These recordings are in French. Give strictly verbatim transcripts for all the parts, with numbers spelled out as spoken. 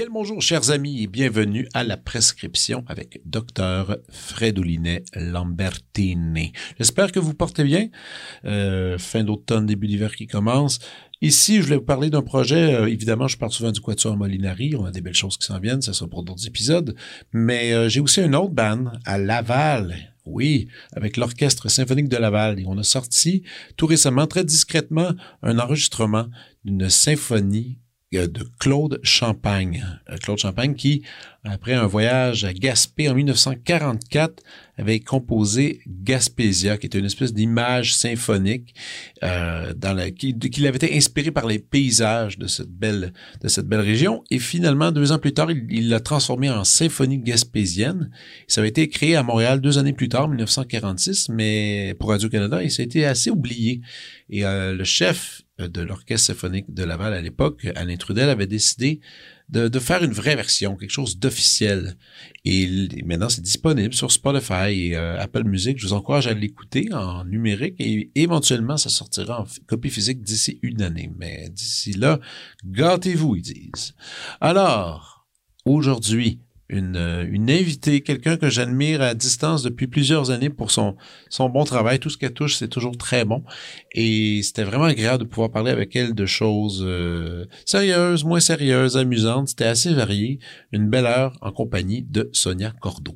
Bien le bonjour, chers amis, et bienvenue à la prescription avec Docteur Fredolinet Lambertini. J'espère que vous portez bien. Euh, fin d'automne, début d'hiver qui commence. Ici, je voulais vous parler d'un projet. Euh, évidemment, je parle souvent du Quatuor Molinari. On a des belles choses qui s'en viennent. Ça sera pour d'autres épisodes. Mais euh, j'ai aussi une autre band à Laval. Oui, avec l'Orchestre symphonique de Laval. Et on a sorti tout récemment, très discrètement, un enregistrement d'une symphonie de Claude Champagne. Claude Champagne qui, après un voyage à Gaspé en dix-neuf cent quarante-quatre, avait composé Gaspésia, qui était une espèce d'image symphonique euh, dans la, qui, qui avait été inspiré par les paysages de cette belle de cette belle région. Et finalement, deux ans plus tard, il, il l'a transformé en symphonie gaspésienne. Ça avait été créé à Montréal deux années plus tard, dix-neuf cent quarante-six, mais pour Radio-Canada, et ça a été assez oublié. Et euh, le chef de l'Orchestre symphonique de Laval à l'époque, Alain Trudel, avait décidé de, de faire une vraie version, quelque chose d'officiel. Et, et maintenant, c'est disponible sur Spotify et euh, Apple Music. Je vous encourage à l'écouter en numérique et éventuellement, ça sortira en copie physique d'ici une année. Mais d'ici là, gâtez-vous, ils disent. Alors, aujourd'hui, Une, une invitée, quelqu'un que j'admire à distance depuis plusieurs années pour son, son bon travail. Tout ce qu'elle touche, c'est toujours très bon. Et c'était vraiment agréable de pouvoir parler avec elle de choses euh, sérieuses, moins sérieuses, amusantes. C'était assez varié. Une belle heure en compagnie de Sonia Cordeau.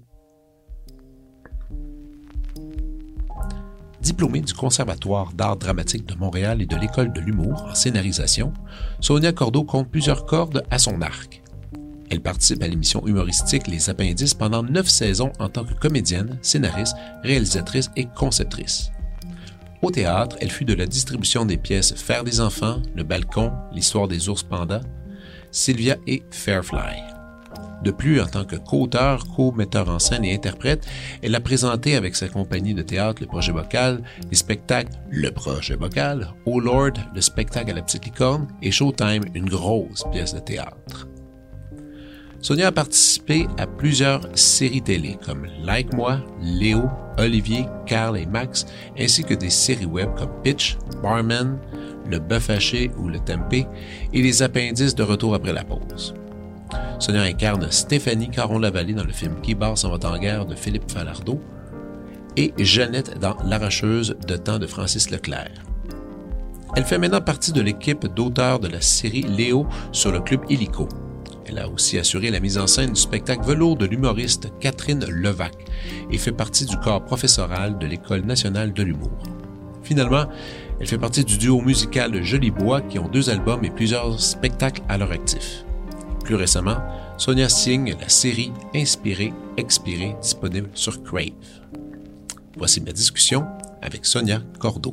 Diplômée du Conservatoire d'art dramatique de Montréal et de l'École de l'humour en scénarisation, Sonia Cordeau compte plusieurs cordes à son arc. Elle participe à l'émission humoristique Les Appendices pendant neuf saisons en tant que comédienne, scénariste, réalisatrice et conceptrice. Au théâtre, elle fut de la distribution des pièces Faire des enfants, Le Balcon, L'histoire des ours pandas, Sylvia et Fairfly. De plus, en tant que co-auteur, co-metteur en scène et interprète, elle a présenté avec sa compagnie de théâtre Le Projet Bocal, les spectacles Le Projet Bocal, Oh Lord, le spectacle à la petite licorne et Showtime, une grosse pièce de théâtre. Sonia a participé à plusieurs séries télé comme Like Moi, Léo, Olivier, Carl et Max, ainsi que des séries web comme Pitch, Barman, Le Bœuf haché ou Le Tempeh et Les Appendices de Retour après la pause. Sonia incarne Stéphanie Caron-Lavallée dans le film Qui barre s'en va en guerre de Philippe Falardeau et Jeannette dans L'arracheuse de temps de Francis Leclerc. Elle fait maintenant partie de l'équipe d'auteurs de la série Léo sur le Club Illico. Elle a aussi assuré la mise en scène du spectacle velours de l'humoriste Catherine Levac et fait partie du corps professoral de l'École nationale de l'humour. Finalement, elle fait partie du duo musical Jolibois qui ont deux albums et plusieurs spectacles à leur actif. Plus récemment, Sonia signe la série Inspiré, Expiré, disponible sur Crave. Voici ma discussion avec Sonia Cordeau.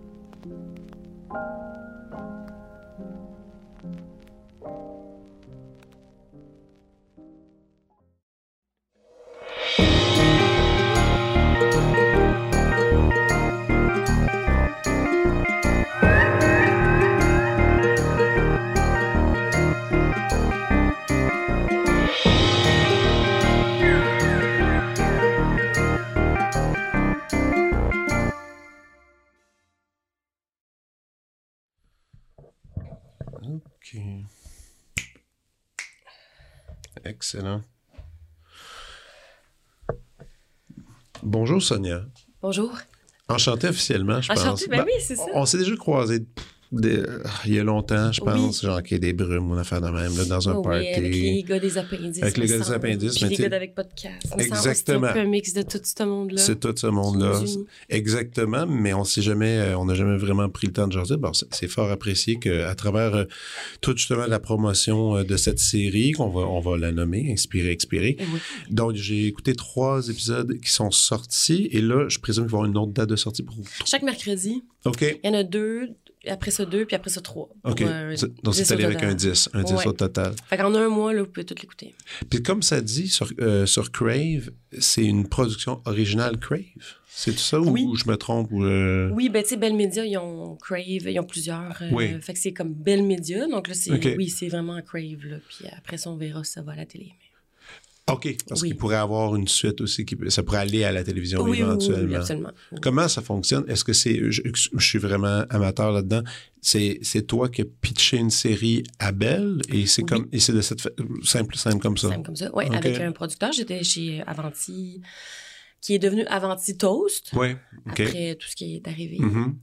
OK. Excellent. Bonjour Sonia. Bonjour. Enchanté officiellement, je Enchanté, pense. ben, ben oui, c'est ça. On, on s'est déjà croisés des, il y a longtemps, je pense, oui. Genre qu'il y a des brumes ou une affaire de même, là, dans un oh, party. Oui, avec les gars des appendices. Avec les gars des appendices. Puis les gars d'avec podcast. Exactement. C'est un peu un mix de tout ce monde-là. C'est tout ce monde-là. Exactement, mais on s'est jamais, on n'a jamais vraiment pris le temps de jaser. Bon, c'est, c'est fort apprécié qu'à travers euh, toute justement la promotion euh, de cette série, qu'on va, on va la nommer Inspiré, Expiré. Oui. Donc, j'ai écouté trois épisodes qui sont sortis et là, je présume qu'il va y avoir une autre date de sortie pour... Chaque mercredi. OK. Il y en a deux. Après ça, deux, puis après ça, trois. OK. Euh, Donc, c'est allé avec un dix. Un dix ouais. au total. Fait qu'en un mois, là, vous pouvez tout l'écouter. Puis comme ça dit sur, euh, sur Crave, c'est une production originale Crave. C'est tout ça oui. ou je me trompe? Ou, euh... Oui, ben tu sais, Bell Media, ils ont Crave, ils ont plusieurs. Euh, oui. Fait que c'est comme Bell Media. Donc là, c'est, okay. oui, c'est vraiment Crave. Là, puis après ça, on verra si ça va à la télé. Mais... OK, parce Oui. qu'il pourrait avoir une suite aussi, qui, ça pourrait aller à la télévision Oui, oui, éventuellement. oui, absolument. Comment ça fonctionne? Est-ce que c'est... Je, je suis vraiment amateur là-dedans. C'est, c'est toi qui as pitché une série à Bell et c'est, Oui. comme, et c'est de cette... fa- Simple, simple comme ça. Simple comme ça. Oui, OK. avec un producteur. J'étais chez Avanti, qui est devenu Avanti Toast. Oui, OK. Après tout ce qui est arrivé. Mhm.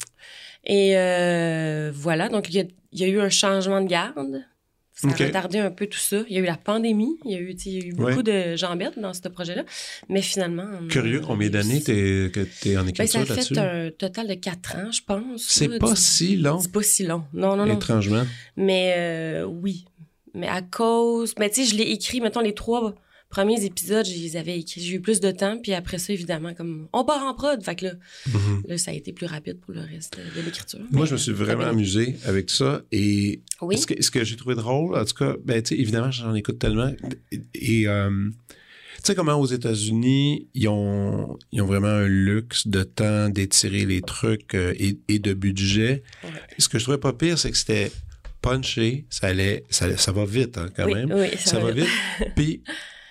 Et euh, voilà, donc il y, a, il y a eu un changement de garde. Ça a OK. retardé un peu tout ça. Il y a eu la pandémie, il y a eu, tu sais, il y a eu beaucoup Ouais. de jambettes dans ce projet-là. Mais finalement... on Curieux, a combien d'années réussi. t'es, que t'es en Ben, écriture ça a là-dessus? fait un total de quatre ans, je pense. C'est là. pas Dis- si long, C'est pas si long. Non, non, non. étrangement. Mais euh, oui. Mais à cause... Mais tu sais, je l'ai écrit, mettons, les trois premiers épisodes, je les avais écrits. J'ai eu plus de temps. Puis après ça, évidemment, comme on part en prod. Fait que là, Mhm. là ça a été plus rapide pour le reste de l'écriture. Moi, Mais, je me suis euh, vraiment très bien. amusé avec tout ça. Et Oui. ce, que, ce que j'ai trouvé drôle, en tout cas, ben, tu sais, évidemment, j'en écoute tellement. Et, et, euh, tu sais comment aux États-Unis, ils ont, ils ont vraiment un luxe de temps d'étirer les trucs euh, et, et de budget. Ouais. Ce que je trouvais pas pire, c'est que c'était punché. Ça allait, ça, allait- ça va vite, hein, quand oui, même. Oui, Ça va vite. Puis,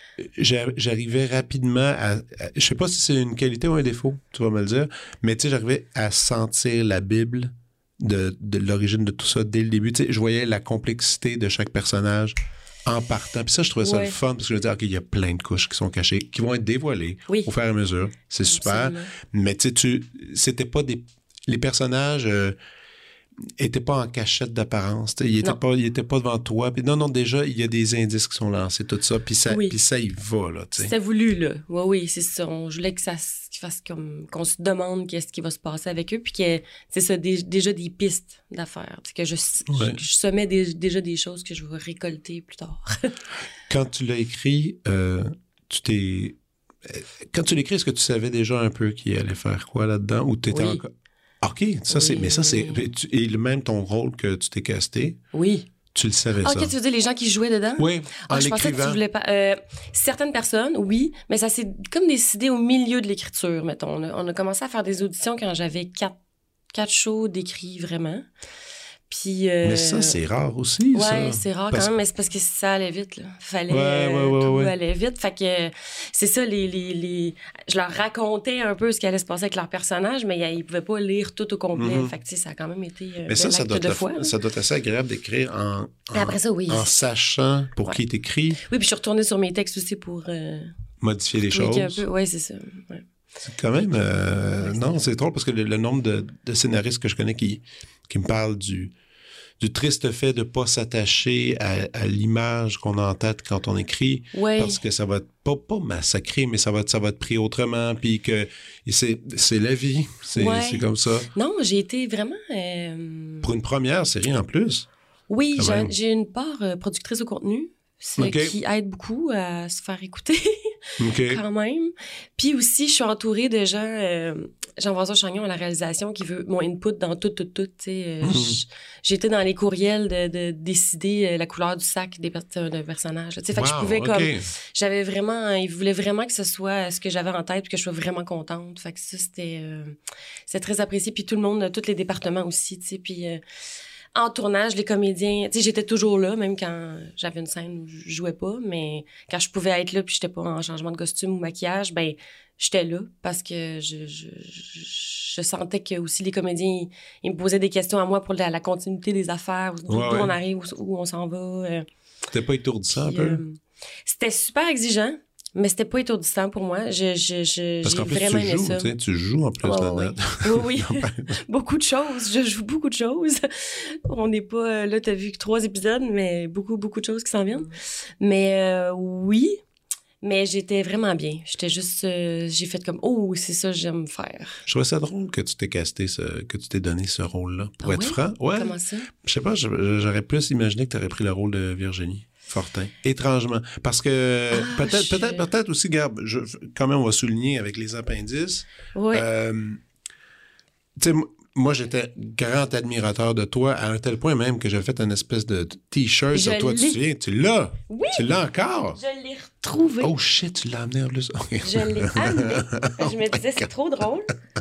j'a- j'arrivais rapidement à, à- je sais pas si c'est une qualité ou un défaut, tu vas me le dire, mais tu sais, j'arrivais à sentir la Bible de, de l'origine de tout ça dès le début. Tu sais, je voyais la complexité de chaque personnage en partant. Puis ça, je trouvais ça Ouais. le fun parce que je me disais, OK, il y a plein de couches qui sont cachées, qui vont être dévoilées Oui. au fur et à mesure. C'est super. Absolument. Mais tu sais, tu, c'était pas des, les personnages, euh, étaient pas en cachette d'apparence. tu sais, Ils étaient Non. pas, ils étaient pas devant toi. Puis non, non, déjà, il y a des indices qui sont lancés, tout ça. Puis ça, Oui. puis ça, il va, là, tu sais. C'était voulu, là. Oui, oui, c'est ça. On, je voulais que ça s- qu'il fasse comme... qu'on se demande qu'est-ce qui va se passer avec eux, puis que c'est ça, dé- déjà des pistes d'affaires. Puis que je, Ouais. je, je semais des- déjà des choses que je vais récolter plus tard. Quand tu l'as écrit, euh, tu t'es... euh, Quand tu l'écris, est-ce que tu savais déjà un peu qui allait faire quoi là-dedans? Ou t'étais Oui. encore... OK, ça, c'est... Oui, Mais ça, c'est... oui. tu- Et le même ton rôle que tu t'es casté, Oui. tu le savais, Ah, ça. OK, tu veux dire les gens qui jouaient dedans? Oui, en Ah, je pensais que tu l'écrivant. voulais pas... euh, certaines personnes, oui, mais ça s'est comme décidé au milieu de l'écriture, mettons. On a, on a commencé à faire des auditions quand j'avais quatre, quatre shows d'écrit, vraiment. Puis... euh, Mais ça, c'est rare aussi, ça. Ouais, c'est rare Parce- quand même, mais c'est parce que ça allait vite, là. Fallait... Ouais, euh, ouais, ouais, tout ouais. allait vite. Fait que c'est ça, les, les, les... Je leur racontais un peu ce qui allait se passer avec leur personnage, mais ils pouvaient pas lire tout au complet. Mhm. Fait que, tu sais, ça a quand même été euh, Mais ça, un ça acte doit, de être, foi. là. ça doit être assez agréable d'écrire en, Et en, après ça, oui. en sachant pour Ouais. qui t'écris, Oui, puis je suis retournée sur mes textes aussi pour... Euh, modifier les tweaker un choses. peu. Ouais, c'est ça. Ouais. C'est quand même... euh, Ouais, non, c'est drôle parce que le, le nombre de, de scénaristes que je connais qui, qui me parlent du, du triste fait de ne pas s'attacher à, à l'image qu'on a en tête quand on écrit, Ouais. parce que ça va être pas, pas massacré, mais ça va être, ça va être pris autrement, puis que et c'est, c'est la vie, c'est, Ouais. c'est comme ça. Non, j'ai été vraiment... euh, Pour une première série en plus. Oui, Quand j'ai, même. j'ai une part euh, productrice au contenu, ce OK. qui aide beaucoup à se faire écouter. OK. Quand même. Puis aussi, je suis entourée de gens, euh, Jean-François Chagnon à la réalisation qui veut mon input dans tout, tout, tout. tu sais. Euh, Mhm. j- J'étais dans les courriels de, de décider euh, la couleur du sac des per- d'un personnage. Tu sais, fait que je Wow, pouvais OK. comme... J'avais vraiment... Il voulait vraiment que ce soit ce que j'avais en tête puis que je sois vraiment contente. Fait que ça, c'était... Euh, c'était très apprécié. Puis tout le monde, tous les départements aussi, tu sais. Puis... Euh, en tournage, les comédiens, tu sais, j'étais toujours là, même quand j'avais une scène où je jouais pas, mais quand je pouvais être là puis j'étais pas en changement de costume ou maquillage, ben j'étais là parce que je, je, je, je sentais que aussi les comédiens, ils, ils me posaient des questions à moi pour la, la continuité des affaires, d'où Ouais, d'où ouais. on arrive, où, où on s'en va. euh, C'était pas étourdissant un puis, peu? euh, c'était super exigeant, mais c'était pas étourdissant pour moi. Je, je, je, Parce j'ai qu'en plus, vraiment tu aimé joues, ça. tu sais, tu joues en plus Ouais, là-dedans. Oui, oui. Beaucoup de choses. Je joue beaucoup de choses. On n'est pas... euh, Là, t'as vu que trois épisodes, mais beaucoup, beaucoup de choses qui s'en viennent. Mais euh, oui, mais j'étais vraiment bien. J'étais juste... euh, j'ai fait comme, oh, c'est ça que j'aime faire. Je trouvais ça drôle que tu t'es casté, ce, que tu t'es donné ce rôle-là. Pour Ah être ouais? franc, ouais. Comment ça? Je sais pas, je- j'aurais plus imaginé que tu aurais pris le rôle de Virginie Fortin. Étrangement. Parce que Ah, peut-être, je- peut-être, peut-être aussi, Gab, je, quand même, on va souligner avec les appendices. Oui. Euh, tu sais, m- moi, j'étais grand admirateur de toi, à un tel point même que j'ai fait une espèce de t- t-shirt Je de toi. Tu l'ai. te souviens? Tu l'as? Oui! Tu l'as encore? Je l'ai retrouvé. Oh shit, tu l'as amené en plus. Ok. Je l'ai amené. Je me Oh my disais, c'est God. trop drôle.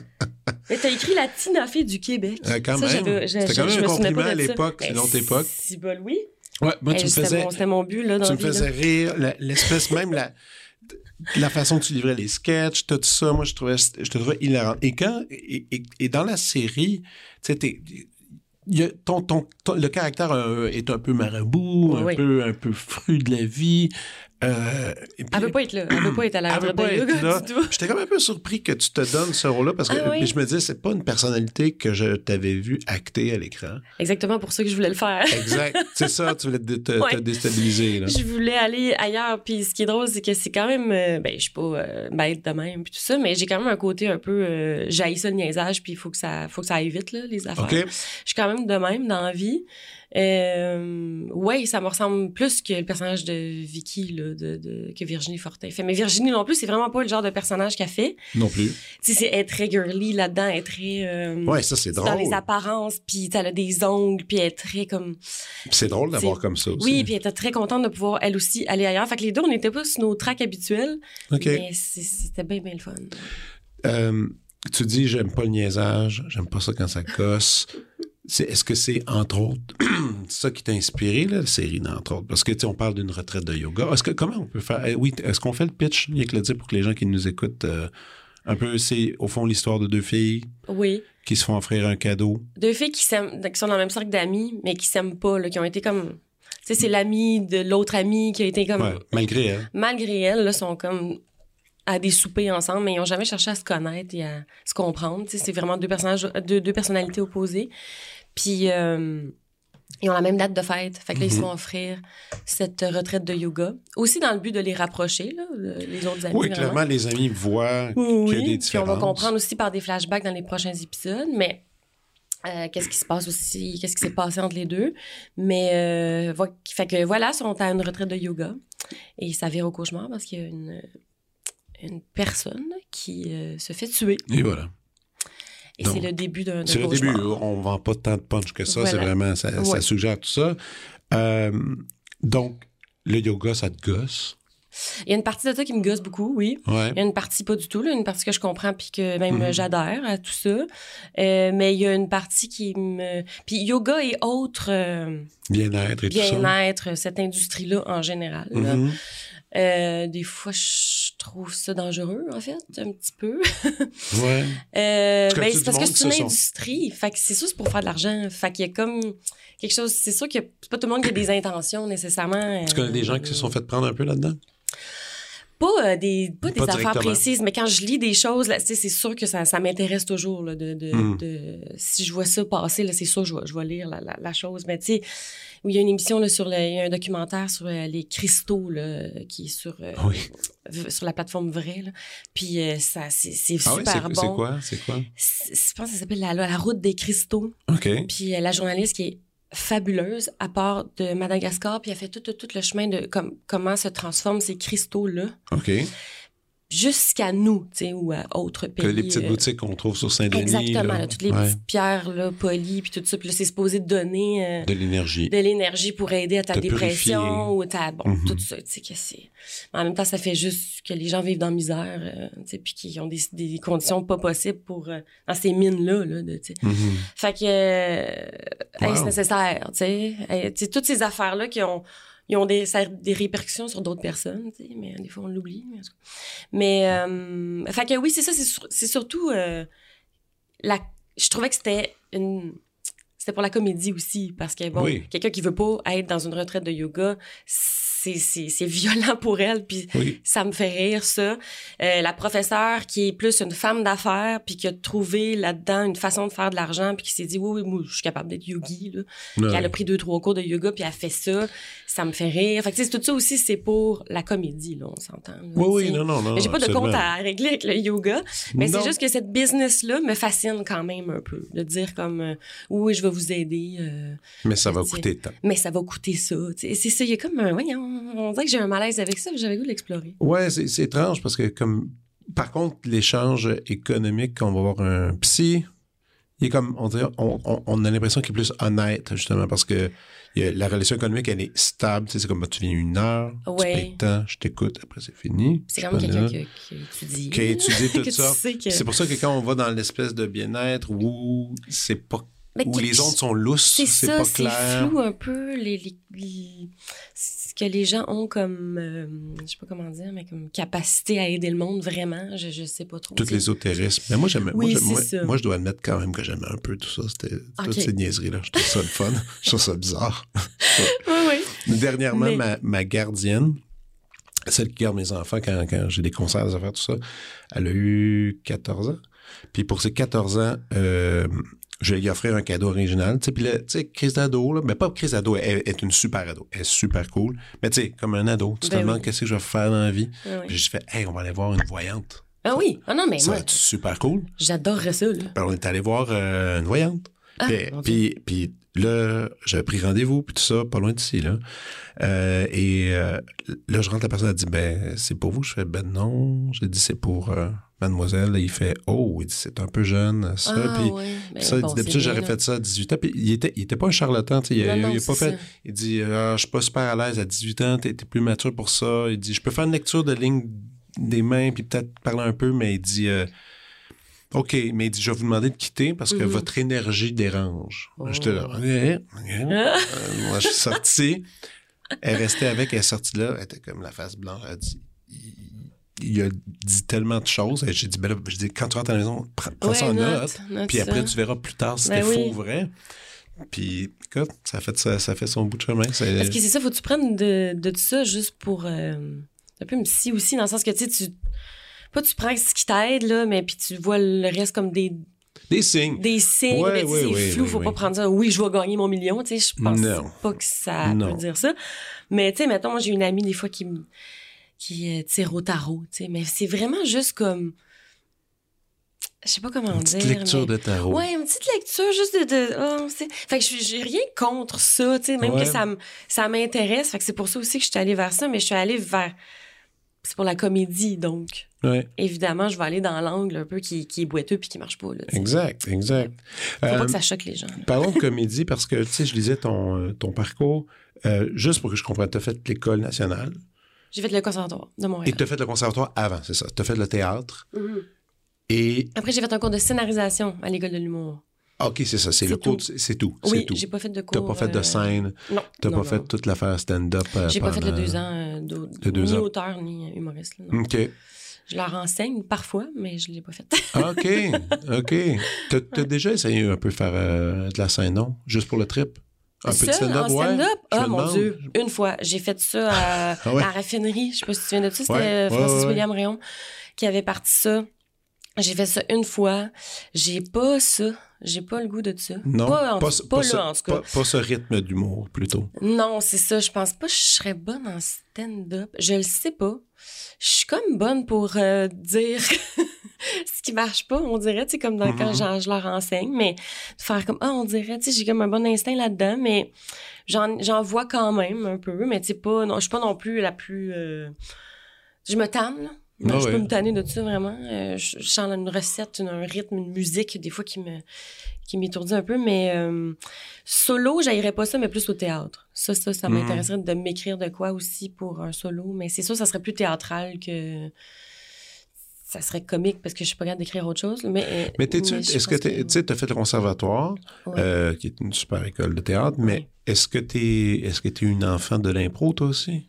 Mais t'as écrit la Tina Fée du Québec. Euh, quand Ça, même. j'avais- je- C'était je- quand je même me un souvenais compliment pas à de ça. l'époque, Ben, une autre époque. Si bol, oui. Ouais, moi, tu Hey, me c'était faisais... mon, c'était mon but, là, dans Tu la me vie, là. faisais rire, la- l'espèce même, la, la façon que tu livrais les sketchs, tout ça, moi, je trouvais, je te trouvais hilarant. Et quand, et, et, et dans la série, tu sais, t'es- il y a ton, ton, ton- le caractère euh, est un peu marabout, Oui, un oui. peu, un peu fru de la vie. Euh, et puis, Elle veut pas être là. Elle veut pas être à la elle veut retraite pas de être yoga là. du tout. J'étais comme un peu surpris que tu te donnes ce rôle-là parce que Ah oui? mais je me disais, c'est pas une personnalité que je t'avais vu acter à l'écran. Exactement pour ça que je voulais le faire. Exact. C'est ça, tu voulais te, te, Ouais. te déstabiliser. Là. Je voulais aller ailleurs. Puis ce qui est drôle, c'est que c'est quand même... euh, ben, je suis pas euh, bête de même, puis tout ça, mais j'ai quand même un côté un peu... Euh, j'haïs ça, le niaisage, puis il faut que ça faut que ça aille vite, là, les affaires. OK. Je suis quand même de même dans la vie. Euh, ouais, ça me ressemble plus que le personnage de Vicky, là, de, de, que Virginie Fortin fait. Mais Virginie non plus, c'est vraiment pas le genre de personnage qu'elle fait. Non plus. Tu sais, c'est elle est très girly là-dedans, elle est très... Euh, Ouais, ça, c'est drôle. Dans les apparences, puis elle a des ongles, puis elle est très comme... Puis c'est drôle d'avoir C'est- comme ça aussi. Oui, puis elle était très contente de pouvoir, elle aussi, aller ailleurs. Fait que les deux, on n'était pas sur nos tracks habituels, OK. mais c'est- c'était bien, bien le fun. Euh, tu dis, j'aime pas le niaisage, j'aime pas ça quand ça gosse. C'est, est-ce que c'est, entre autres, ça qui t'a inspiré, là, la série, entre autres? Parce que, tu sais, on parle d'une retraite de yoga. Est-ce que, comment on peut faire? eh, oui, est-ce qu'on fait le pitch, Nick le dit, pour que les gens qui nous écoutent, euh, un peu, c'est, au fond, l'histoire de deux filles Oui. qui se font offrir un cadeau. Deux filles qui, s'aiment, qui sont dans le même cercle d'amis, mais qui s'aiment pas, là, qui ont été comme... Tu sais, c'est l'ami de l'autre amie qui a été comme... Ouais, malgré elle. Malgré elles, là, sont comme à des soupers ensemble, mais ils n'ont jamais cherché à se connaître et à se comprendre. Tu sais, c'est vraiment deux personnages, deux, deux personnalités opposées. Puis, euh, ils ont la même date de fête. Fait que là, ils se font offrir cette retraite de yoga. Aussi dans le but de les rapprocher, là, les autres amis. Oui, vraiment. clairement, les amis voient Oui, qu'il y a des puis on différences. va comprendre aussi par des flashbacks dans les prochains épisodes, mais euh, qu'est-ce qui se passe aussi, qu'est-ce qui s'est passé entre les deux. Mais, euh, vo- fait que voilà, ils sont à une retraite de yoga et ça vire au cauchemar parce qu'il y a une, une personne qui euh, se fait tuer. Et voilà. Et Donc, c'est le début d'un, d'un C'est le cauchemar. début. On vend pas tant de punch que ça. Voilà. C'est vraiment, ça, ça Ouais. suggère tout ça. Euh, donc, le yoga, ça te gosse. Il y a une partie de ça qui me gosse beaucoup, oui. Ouais. Il y a une partie pas du tout, là, une partie que je comprends puis que même Mhm. j'adhère à tout ça. Euh, mais il y a une partie qui me... Puis yoga et autres euh, Bien-être et tout ça. bien-être, cette industrie-là en général. là. Mhm. Euh, des fois, je trouve ça dangereux, en fait, un petit peu. Ouais. Euh, Tu ben, connais-tu c'est du parce que monde c'est qui une se sont- industrie. Fait que c'est sûr, c'est pour faire de l'argent. Fait qu'il y a comme quelque chose... C'est sûr que c'est pas tout le monde qui a des intentions, nécessairement. Tu connais des gens qui se sont fait prendre un peu là-dedans? Pas euh, des, pas des Pas affaires directement. précises, mais quand je lis des choses, là, tu sais, c'est sûr que ça, ça m'intéresse toujours. Là, de, de, Mm. de, si je vois ça passer, là, c'est sûr que je vais, je vais lire la, la, la chose. Mais tu sais, où il y a une émission, là, sur le, il y a un documentaire sur euh, les cristaux là, qui est sur, euh, Oui. v- sur la plateforme Vrai. Là. Puis euh, ça, c'est, c'est Ah oui, super c'est, bon. c'est quoi? C'est quoi? C'est- je pense que ça s'appelle la, la route des cristaux. OK. Puis euh, la journaliste qui est fabuleuse, à part de Madagascar, puis elle fait tout, tout, tout le chemin de comme, comment se transforment ces cristaux-là OK. jusqu'à nous, tu sais, ou à autres pays. Que les petites euh, boutiques qu'on trouve sur Saint-Denis. Exactement, là. là, toutes les Ouais. petites pierres là, polies, puis tout ça. Puis là, c'est supposé te donner euh, De l'énergie. de l'énergie pour aider à ta Te dépression purifier. ou ta... Bon, Mhm. tout ça, tu sais, que c'est... En même temps, ça fait juste que les gens vivent dans la misère, euh, tu sais, puis qu'ils ont des, des conditions pas possibles pour... euh, dans ces mines-là, là, de, tu sais. Mhm. Fait que... Euh, hey, Wow. c'est nécessaire, tu sais. Hey, tu sais, toutes ces affaires-là qui ont... Ils ont des, ça a des répercussions sur d'autres personnes, tu sais, mais des fois, on l'oublie. Mais, en tout cas. mais euh, fait que oui, c'est ça, c'est, sur- c'est surtout... Euh, la, je trouvais que c'était une... C'était pour la comédie aussi, parce que, bon, Oui. quelqu'un qui veut pas être dans une retraite de yoga, c'est, c'est, c'est violent pour elle, puis Oui. ça me fait rire, ça. Euh, la professeure qui est plus une femme d'affaires, puis qui a trouvé là-dedans une façon de faire de l'argent, puis qui s'est dit, oui, oui, moi, je suis capable d'être yogi, là. Ouais. Puis elle a pris deux, trois cours de yoga, puis elle fait ça. Ça me fait rire. Fait que, tu sais, tout ça aussi, c'est pour la comédie, là, on s'entend. là, Oui, oui, tu sais. non, non, non. Mais j'ai pas de absolument. compte à régler avec le yoga. Mais Non. c'est juste que cette business-là me fascine quand même un peu. De dire comme, euh, oui, je vais vous aider, euh, Mais ça va tu sais. coûter tant. mais ça va coûter ça. Tu sais, c'est ça, il y a comme un, voyons, on dirait que j'ai un malaise avec ça, mais j'avais le goût de l'explorer. Ouais, c'est, c'est étrange parce que comme par contre l'échange économique quand on va voir un psy, il est comme on dirait on, on, on a l'impression qu'il est plus honnête justement parce que il y a, la relation économique elle est stable, tu sais, c'est comme bah, tu viens une heure, Ouais. tu payes le temps, je t'écoute, après c'est fini. C'est Je comme suis quelqu'un pas là. qui, qui étudie. Qui a étudié tout que ça. Tu sais que... C'est pour ça que quand on va dans l'espèce de bien-être où c'est pas Mais où les ondes sont lousses, c'est, c'est pas ça, clair. C'est flou un peu, les, les, les, ce que les gens ont comme, euh, je sais pas comment dire, mais comme capacité à aider le monde, vraiment, je, je sais pas trop. Tout l'ésotérisme. Mais moi, j'aimais, oui, moi, moi, ça. moi, je dois admettre quand même que j'aimais un peu tout ça. C'était okay. toutes ces niaiseries-là. Je trouve ça le fun. Je trouve ça bizarre. oui, oui. Dernièrement, mais... ma, ma gardienne, celle qui garde mes enfants quand, quand j'ai des concerts, des affaires, tout ça, elle a eu quatorze ans. Puis pour ses quatorze ans, euh, je vais lui offrir un cadeau original. Tu sais, puis là, tu sais, crise d'ado, là, mais pas crise d'ado, elle, elle est une super ado. Elle est super cool. Mais tu sais, comme un ado, tu ben te demandes oui. qu'est-ce que je vais faire dans la vie. Ben oui. Puis j'ai fait, hey, on va aller voir une voyante. Ah oui, ah non, mais ça moi. va être super cool. J'adorerais ça, là. Ben, on est allé voir euh, une voyante. Ah, puis, puis, puis là, j'avais pris rendez-vous, puis tout ça, pas loin d'ici, là. Euh, et euh, là, je rentre, la personne, elle dit, ben, c'est pour vous? Je fais, ben non. J'ai dit, c'est pour euh, mademoiselle. Là, il fait, oh, il dit, c'est un peu jeune, ça. Ah, puis, oui. ben, ça, bon, il dit, d'habitude, j'aurais fait ça à dix-huit ans. Puis il était, il était pas un charlatan, tu sais. Il, non, il, non, il a pas fait. Ça. Il dit, ah, je suis pas super à l'aise à dix-huit ans, t'es, t'es plus mature pour ça. Il dit, je peux faire une lecture de ligne des mains, puis peut-être parler un peu, mais il dit, euh, OK, mais il dit, je vais vous demander de quitter parce que mm-hmm. votre énergie dérange. Oh. J'étais là, OK, OK. euh, moi, je suis sorti. Elle restait avec, elle est sortie là, elle était comme la face blanche. Elle a dit, il, il a dit tellement de choses. Et j'ai dit, ben là, je dis, quand tu rentres à la maison, prends, prends ouais, ça en note, note, note puis après, ça. Tu verras plus tard si ben c'était oui. faux ou vrai. Puis, écoute, ça fait, ça, ça fait son bout de chemin. C'est... Parce que c'est ça, faut que tu prennes de, de tout ça juste pour... Euh, un peu psy aussi, dans le sens que, tu sais, tu... Pas tu prends ce qui t'aide, là, mais puis tu vois le reste comme des... Des signes. Des signes, ouais, mais ouais, c'est ouais, flou, ouais, faut ouais. pas prendre ça. Oui, je vais gagner mon million, tu sais, je pense non. pas que ça non. peut dire ça. Mais tu sais, mettons, moi, j'ai une amie des fois qui me qui euh, tire au tarot, tu sais, mais c'est vraiment juste comme... Je sais pas comment une dire. Une petite lecture mais... de tarot. Ouais, une petite lecture juste de... de... Oh, c'est... Fait que j'ai rien contre ça, tu sais, même ouais. que ça, m... ça m'intéresse. Fait que c'est pour ça aussi que je suis allée vers ça, mais je suis allée vers... C'est pour la comédie, donc. Ouais. Évidemment, je vais aller dans l'angle un peu qui, qui est boiteux puis qui marche pas. Là, exact, exact. Faut euh, pas que ça choque les gens. Là. Parlons de comédie parce que, tu sais, je lisais ton, ton parcours. Euh, juste pour que je comprenne, tu as fait l'École nationale. J'ai fait le conservatoire de Montréal. Et tu as fait le conservatoire avant, c'est ça. Tu as fait le théâtre. Mm-hmm. Et... Après, j'ai fait un cours de scénarisation à l'École de l'humour. OK, c'est ça. C'est, c'est le cours, c'est, c'est tout. Oui, c'est tout. j'ai pas fait de cours. T'as pas fait de scène. Euh... Non. T'as non, pas non. fait toute l'affaire stand-up. Euh, j'ai pendant... pas fait les deux ans euh, d'au... le deux ni ans. auteur ni humoriste. Là, non. OK. Je leur enseigne parfois, mais je l'ai pas fait. OK, OK. T'as, t'as ouais. déjà essayé un peu faire euh, de la scène, non? Juste pour le trip? Un ça, peu de stand-up, en stand-up? ouais. Ah, mon Dieu. Une fois. J'ai fait ça à, ah ouais. à la raffinerie. Je sais pas si tu te souviens de ça. C'était ouais. Francis ouais, ouais. William Réon qui avait parti ça. J'ai fait ça une fois. J'ai pas ça. J'ai pas le goût de ça. Non, pas, en, pas, pas, pas, là, ce, en tout cas. Pas, pas ce rythme d'humour, plutôt. Non, c'est ça. Je pense pas que je serais bonne en stand-up. Je le sais pas. Je suis comme bonne pour euh, dire ce qui marche pas, on dirait, tu sais, comme dans, mm-hmm. quand genre, je leur enseigne, mais faire comme, ah, on dirait, tu sais, j'ai comme un bon instinct là-dedans, mais j'en, j'en vois quand même un peu, mais tu sais, pas, non, je suis pas non plus la plus... Euh, je me tanne, là. Mais ah je ouais. peux me tanner de ça, vraiment. Euh, je, je chante une recette, une, un rythme, une musique, des fois, qui me qui m'étourdit un peu. Mais euh, solo, j'haïrais pas ça, mais plus au théâtre. Ça, ça, ça m'intéresserait de m'écrire de quoi aussi pour un solo. Mais c'est sûr, ça serait plus théâtral que... Ça serait comique parce que je suis pas capable d'écrire autre chose. Mais, mais t'es-tu... Mais est-ce que... Tu sais, t'as fait le conservatoire, ouais. euh, qui est une super école de théâtre, mais ouais. est-ce que t'es est-ce que t'es une enfant de l'impro, toi aussi?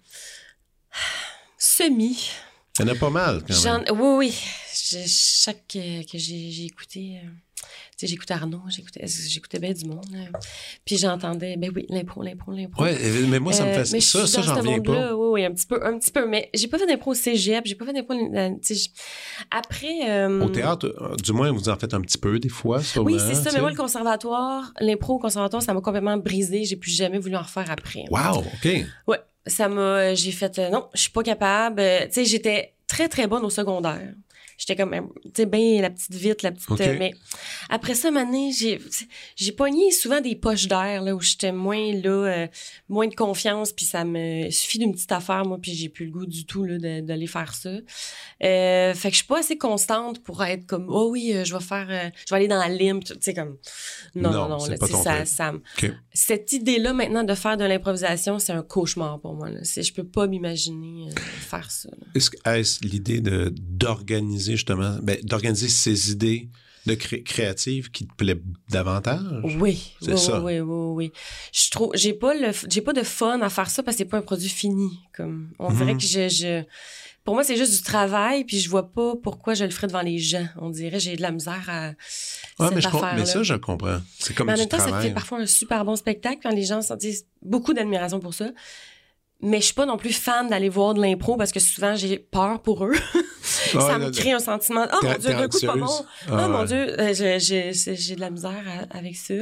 Semi. Il y en a pas mal, quand J'en, même. oui, oui. Je, chaque euh, que j'ai, j'ai écouté... Euh, tu sais, j'écoutais Arnaud, j'écoutais, j'écoutais bien du monde. Euh, puis j'entendais, ben oui, l'impro, l'impro, l'impro. Oui, mais moi, ça me fait... Euh, ça, ça, j'en reviens pas. Oui, oui, un petit peu, un petit peu. Mais j'ai pas fait d'impro au cégep, j'ai pas fait d'impro... Euh, tu sais, après... Euh, au théâtre, du moins, vous en faites un petit peu, des fois, sûrement. Oui, c'est ça. T'sais. Mais moi, le conservatoire, l'impro au conservatoire, ça m'a complètement brisé. J'ai plus jamais voulu en refaire après. Wow, OK. Ouais, ça m'a... J'ai fait... Euh, non, je suis pas capable. Euh, tu sais, j'étais très, très bonne au secondaire. J'étais comme, tu sais, bien la petite vite, la petite... Okay. Euh, mais après ça, maintenant, j'ai, j'ai pogné souvent des poches d'air, là, où j'étais moins, là, euh, moins de confiance, puis ça me suffit d'une petite affaire, moi, puis j'ai plus le goût du tout, là, de, d'aller faire ça. Euh, fait que je suis pas assez constante pour être comme, oh oui, euh, je vais faire, euh, je vais aller dans la lime, tu sais, comme... Non, non, non, là, tu sais, ça, ça me... Okay. Cette idée-là, maintenant, de faire de l'improvisation, c'est un cauchemar pour moi, là. C'est, je peux pas m'imaginer euh, faire ça, là. Est-ce, est-ce l'idée de, d'organiser justement, ben, d'organiser ses idées de cré- créative qui te plaît davantage? Oui, c'est oui, ça. oui, oui, oui, oui. Je trouve, j'ai pas le, j'ai pas de fun à faire ça parce que c'est pas un produit fini. Comme, on Mm-hmm. dirait que je, je, pour moi, c'est juste du travail, puis je vois pas pourquoi je le ferais devant les gens. On dirait, j'ai de la misère à Ah, cette mais, je com- affaire-là. mais ça, je le comprends. C'est comme Mais en du même temps, ça travail. fait parfois un super bon spectacle, quand les gens s'en disent beaucoup d'admiration pour ça. Mais je suis pas non plus fan d'aller voir de l'impro parce que souvent, j'ai peur pour eux. Ah, ça là, me crée un sentiment. Oh t'es- mon Dieu, t'es d'un coup, c'est pas bon. anxieuse. Oh Ah, mon ouais. Dieu, euh, j'ai, j'ai, c'est- j'ai de la misère à- avec ça.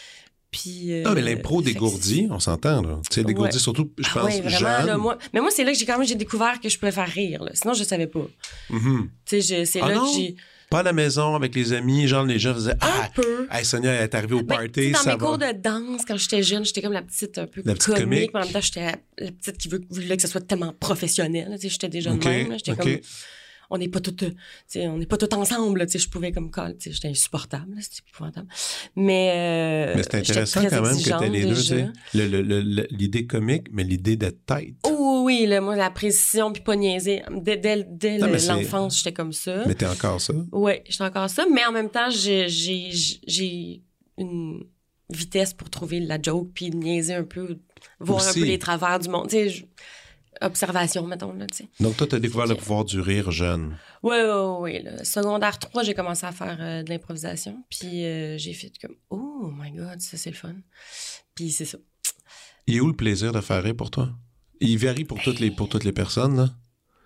Puis. euh, Non, mais l'impro fait que dégourdit, on s'entend, là. Tu sais, dégourdit, Ouais. surtout, je Ah pense, ouais, vraiment, jeune. là, moi... Mais moi, c'est là que j'ai quand même j'ai découvert que je pouvais faire rire. Là. Sinon, je savais pas. Mhm. Tu sais, je- c'est Ah là non? que j'ai... Pas à la maison, avec les amis, genre, les gens faisaient « Un Ah, peu. hey, Sonia elle est arrivée au Ben, party, tu sais, dans ça mes va. cours de danse, quand j'étais jeune, j'étais comme la petite un peu La petite comique, comique. mais en même temps, j'étais la, la petite qui veut, voulait que ça soit tellement professionnel. Tu sais, j'étais déjà de OK, même. là. J'étais OK. comme... On n'est pas toutes, tu sais, on n'est pas toutes ensemble. là. Tu sais, je pouvais comme coller. Tu sais, j'étais insupportable. là, C'était épouvantable. Mais, euh, Mais c'est j'étais intéressant très quand même que exigeante t'aies les deux, tu déjà. sais. Le- le- le- le- L'idée comique, mais l'idée d'être tête. Oh oui, là, moi, la précision puis pas niaiser. Dès, dès, dès Non, le- mais c'est- l'enfance, j'étais comme ça. Mais t'es encore ça. Oui, j'étais encore ça. Mais en même temps, j'ai, j'ai, j'ai une vitesse pour trouver la joke puis niaiser un peu, voir Aussi. un peu les travers du monde. Tu sais, je- observation, mettons, là, tu sais. Donc, toi, t'as découvert le Ok. pouvoir du rire jeune. Oui, oui, oui. Là. Secondaire trois, j'ai commencé à faire euh, de l'improvisation. Puis euh, j'ai fait comme, oh my God, ça, c'est le fun. Puis c'est ça. Il est où le plaisir de faire rire pour toi? Il varie pour toutes les, pour toutes les personnes, là.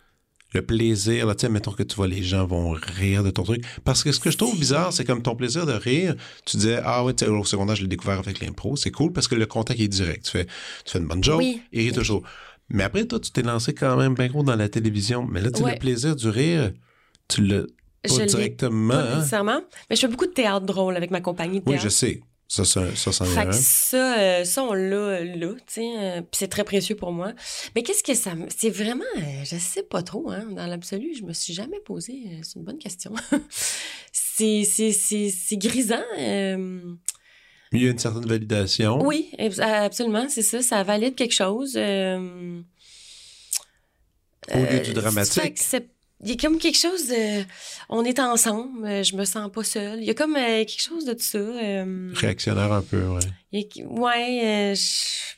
Le plaisir, là, tu sais, mettons que tu vois les gens vont rire de ton truc. Parce que ce que je trouve bizarre, c'est comme ton plaisir de rire, tu disais, ah ouais, tu sais, au secondaire, je l'ai découvert avec l'impro. C'est cool parce que le contact est direct. Tu fais, tu fais une bonne joke, Oui. il rit toujours. Mais après, toi, tu t'es lancé quand même bien gros dans la télévision. Mais là, tu sais, Ouais. le plaisir du rire, tu l'as Je pas l'ai directement. Pas hein? nécessairement. Mais je fais beaucoup de théâtre drôle avec ma compagnie de Oui, théâtre. je sais. Ça, ça, ça c'en est Fait que un. ça, euh, ça, on l'a là, tu sais, euh, puis c'est très précieux pour moi. Mais qu'est-ce que ça... me- C'est vraiment... euh, je sais pas trop, hein, dans l'absolu, je me suis jamais posé... euh, c'est une bonne question. c'est, c'est, c'est, c'est grisant. euh, Il y a une certaine validation. Oui, ab- absolument, c'est ça, ça valide quelque chose. euh, Au lieu euh, du tu dramatique. te fais accept- Il y a comme quelque chose de... On est ensemble, euh, je me sens pas seule. Il y a comme euh, quelque chose de tout ça. euh, Réactionnaire un peu, ouais. il y a- Ouais, euh, je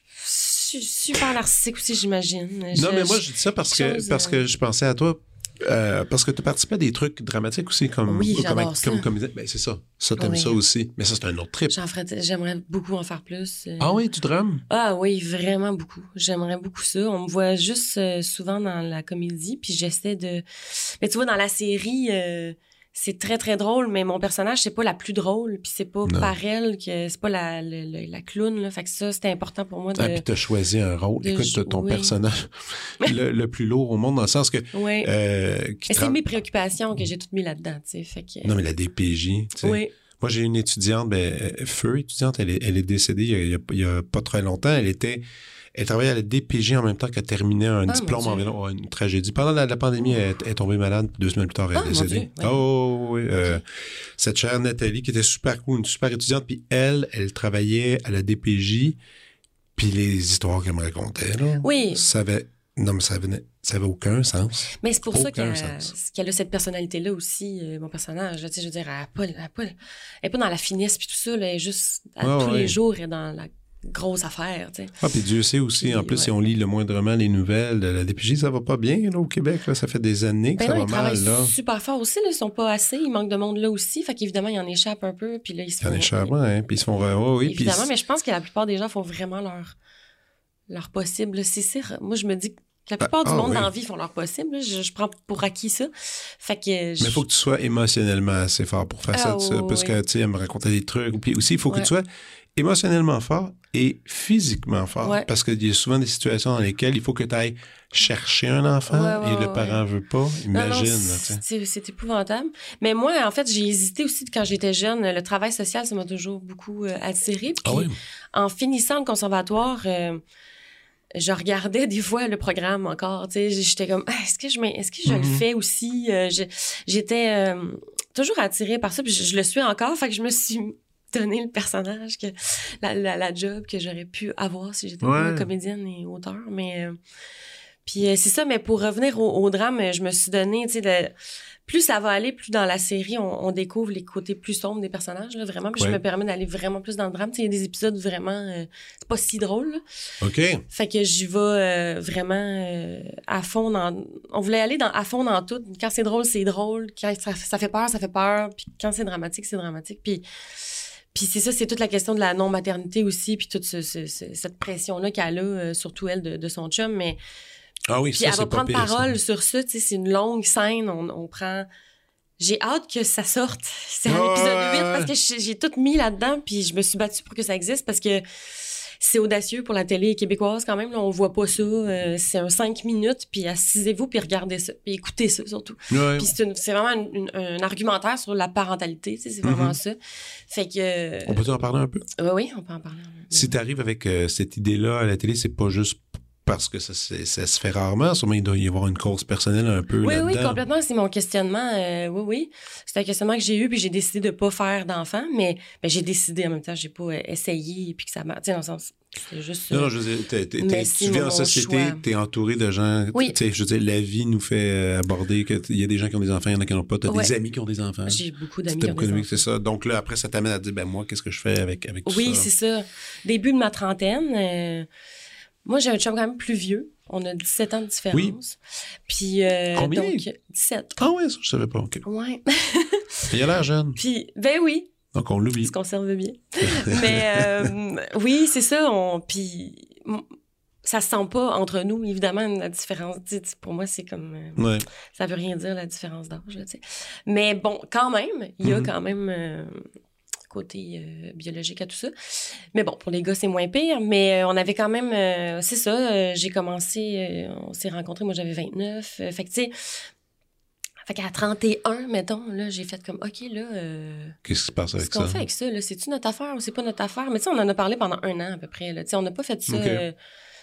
je suis super narcissique aussi, j'imagine. Non, Je- mais moi, je- je dis ça parce que, chose, parce euh, que je pensais à toi. euh, parce que tu participes à des trucs dramatiques aussi, comme, Oui, comme, j'adore ça. comme comédien. Ben, c'est ça. Ça, t'aimes Oui. ça aussi. Mais ça, c'est un autre trip. j'en ferais- J'aimerais beaucoup en faire plus. euh. Ah oui, du drame? Ah oui, vraiment beaucoup. J'aimerais beaucoup ça. On me voit juste euh, souvent dans la comédie, puis j'essaie de... Mais tu vois, dans la série, euh, c'est très, très drôle, mais mon personnage, c'est pas la plus drôle, puis c'est pas Non. par elle, que c'est pas la, la, la, la clown, là. Fait que ça, c'était important pour moi de... Ah, puis t'as choisi un rôle. de Écoute, t'as ton jouer. personnage le, le plus lourd au monde, dans le sens que... Oui. Euh, qui Et tra- c'est mes préoccupations que j'ai toutes mis là-dedans, tu sais. Fait que... Non, mais la D P J, tu sais. Oui. Moi, j'ai une étudiante, ben, euh, Feu, étudiante, elle est, elle est décédée il y, a, il y a- il y a pas très longtemps. Elle était... Elle travaillait à la D P J en même temps qu'elle terminait un Ah, diplôme mon en Dieu. vélo. Ouais, une tragédie. Pendant la, la pandémie, elle, elle est tombée malade. Deux semaines plus tard, elle Ah, est mon décédée. Dieu, ouais. Oh, oui. euh, cette chère Nathalie, qui était super cool, une super étudiante. Puis elle, elle travaillait à la D P J. Puis les histoires qu'elle me racontait, là. Oui. Ça avait... Non, mais ça avait, ça avait aucun sens. Mais c'est pour ça Aucun qu'elle sens. qu'elle a cette personnalité-là aussi, euh, mon personnage. Tu sais, je veux dire, elle n'est pas, elle a pas, elle est pas dans la finesse puis tout ça. Là, elle est juste, à Ouais, tous ouais. les jours, elle est dans la grosse affaire. Tu sais. Ah, puis Dieu sait aussi, Puis, en plus, ouais. si on lit le moindrement les nouvelles de la D P J, ça va pas bien, là, au Québec. Là. Ça fait des années que Ben ça non, va ils mal, travaillent là. super fort aussi. Là, ils sont pas assez. Il manque de monde là aussi. Fait qu'évidemment, ils en échappent un peu. Puis là, ils se Il y en font... a charmant, hein. Puis ils se font... Oh, oui, puis Évidemment, mais je pense que la plupart des gens font vraiment leur, leur possible. là. C'est ça. Moi, je me dis que la plupart Ah, du monde oui. dans la vie font leur possible. là. Je, je prends pour acquis ça. Fait que... je- Mais il faut que tu sois émotionnellement assez fort pour faire Ah, ça, ça, oui, parce oui. que, tu sais, elle me racontait des trucs. Puis aussi, il faut que Ouais. tu sois émotionnellement fort et physiquement fort. Ouais. Parce qu'il y a souvent des situations dans lesquelles il faut que tu ailles chercher un enfant Ouais, ouais, et le ouais, parent veut pas. Non, non, Imagine, là, tu sais. c'est, c'est- c'est épouvantable. Mais moi, en fait, j'ai hésité aussi quand j'étais jeune. Le travail social, ça m'a toujours beaucoup euh, attiré. Puis, Ah oui? en finissant le conservatoire, euh, je regardais des fois le programme encore. Tu sais, j'étais comme, ah, est-ce que je, m'in- est-ce que je Mhm. le fais aussi? Euh, je- j'étais euh, toujours attirée par ça, puis je, je le suis encore. Fait que je me suis donné le personnage, que la, la, la job que j'aurais pu avoir si j'étais Ouais. pas comédienne et auteur. Mais euh, puis euh, c'est ça. Mais pour revenir au, au drame, je me suis donné, tu sais, de- plus ça va aller, plus dans la série, on, on découvre les côtés plus sombres des personnages, là, vraiment. Puis ouais. je me permets d'aller vraiment plus dans le drame. Il y a des épisodes vraiment... Euh, c'est pas si drôle, là. OK. Fait que j'y vais euh, vraiment euh, à fond dans... On voulait aller dans, à fond dans tout. Quand c'est drôle, c'est drôle. Quand ça, ça fait peur, ça fait peur. Puis quand c'est dramatique, c'est dramatique. Puis... Puis c'est ça, c'est toute la question de la non-maternité aussi, puis toute ce, ce, ce, cette pression-là qu'elle a, euh, surtout elle, de, de son chum. Mais... Ah oui, puis ça, elle c'est va pas prendre pire, parole ça. sur ça, tu sais, c'est une longue scène, on, on prend... J'ai hâte que ça sorte. C'est à Ouais, l'épisode ouais, huit, ouais. parce que j'ai, j'ai tout mis là-dedans, puis je me suis battue pour que ça existe, parce que c'est audacieux pour la télé québécoise quand même, là, on voit pas ça, euh, c'est un cinq minutes, puis assisez-vous, puis regardez ça, puis écoutez ça surtout. Ouais. Puis c'est, une, c'est vraiment une, une, un argumentaire sur la parentalité, tu sais, c'est vraiment Mm-hmm. ça. Fait que... On peut en parler un peu? Oui, oui, on peut en parler. Si tu arrives avec euh, cette idée-là à la télé, c'est pas juste parce que ça, c'est, ça se fait rarement. Sûrement, il doit y avoir une cause personnelle un peu Oui, là-dedans. oui, complètement. C'est mon questionnement. Euh, oui, oui. C'est un questionnement que j'ai eu, puis j'ai décidé de pas faire d'enfant, mais ben, j'ai décidé en même temps, j'ai pas euh, essayé, puis que ça m'a... Tu sais, dans le sens... C'est juste... Non, non, je veux dire, t'es, t'es, Mais t'es, c'est tu vis en mon société, choix. t'es entouré de gens. Oui. Tu sais, je veux dire, la vie nous fait euh, aborder qu'il y a des gens qui ont des enfants, il y en a qui n'en ont pas. T'as Ouais. des amis qui ont des enfants. J'ai beaucoup d'amis T'as qui ont beaucoup des d'amis, enfants. c'est ça. Donc là, après, ça t'amène à te dire, ben moi, qu'est-ce que je fais avec, avec tout Oui, ça? c'est ça. Début de ma trentaine, euh, moi, j'ai un chum quand même plus vieux. On a dix-sept ans de différence. Oui. Puis, euh, Combien? donc, dix-sept. Ah ouais, ça, je savais pas. OK. Ouais. Il a l'air jeune. Puis, ben oui, Donc, on l'oublie. il se conserve bien. Mais euh, oui, c'est ça. On, puis, m- ça se sent pas entre nous, évidemment, la différence. Tu sais, pour moi, c'est comme... euh, Ouais. ça veut rien dire, la différence d'âge, là, tu sais. Mais bon, quand même, il y a Mhm. quand même... euh, côté euh, biologique à tout ça. Mais bon, pour les gars, c'est moins pire. Mais euh, on avait quand même... euh, c'est ça, euh, j'ai commencé... euh, on s'est rencontrés, moi, j'avais vingt-neuf. Euh, fait que, tu sais... Fait qu'à trente et un, mettons, là, j'ai fait comme, OK, là... euh, Qu'est-ce qui se passe avec ce qu'on ça? fait avec ça, là, c'est-tu notre affaire ou c'est pas notre affaire? Mais tu sais, on en a parlé pendant un an, à peu près, là. Tu sais, on n'a pas fait ça... OK. euh,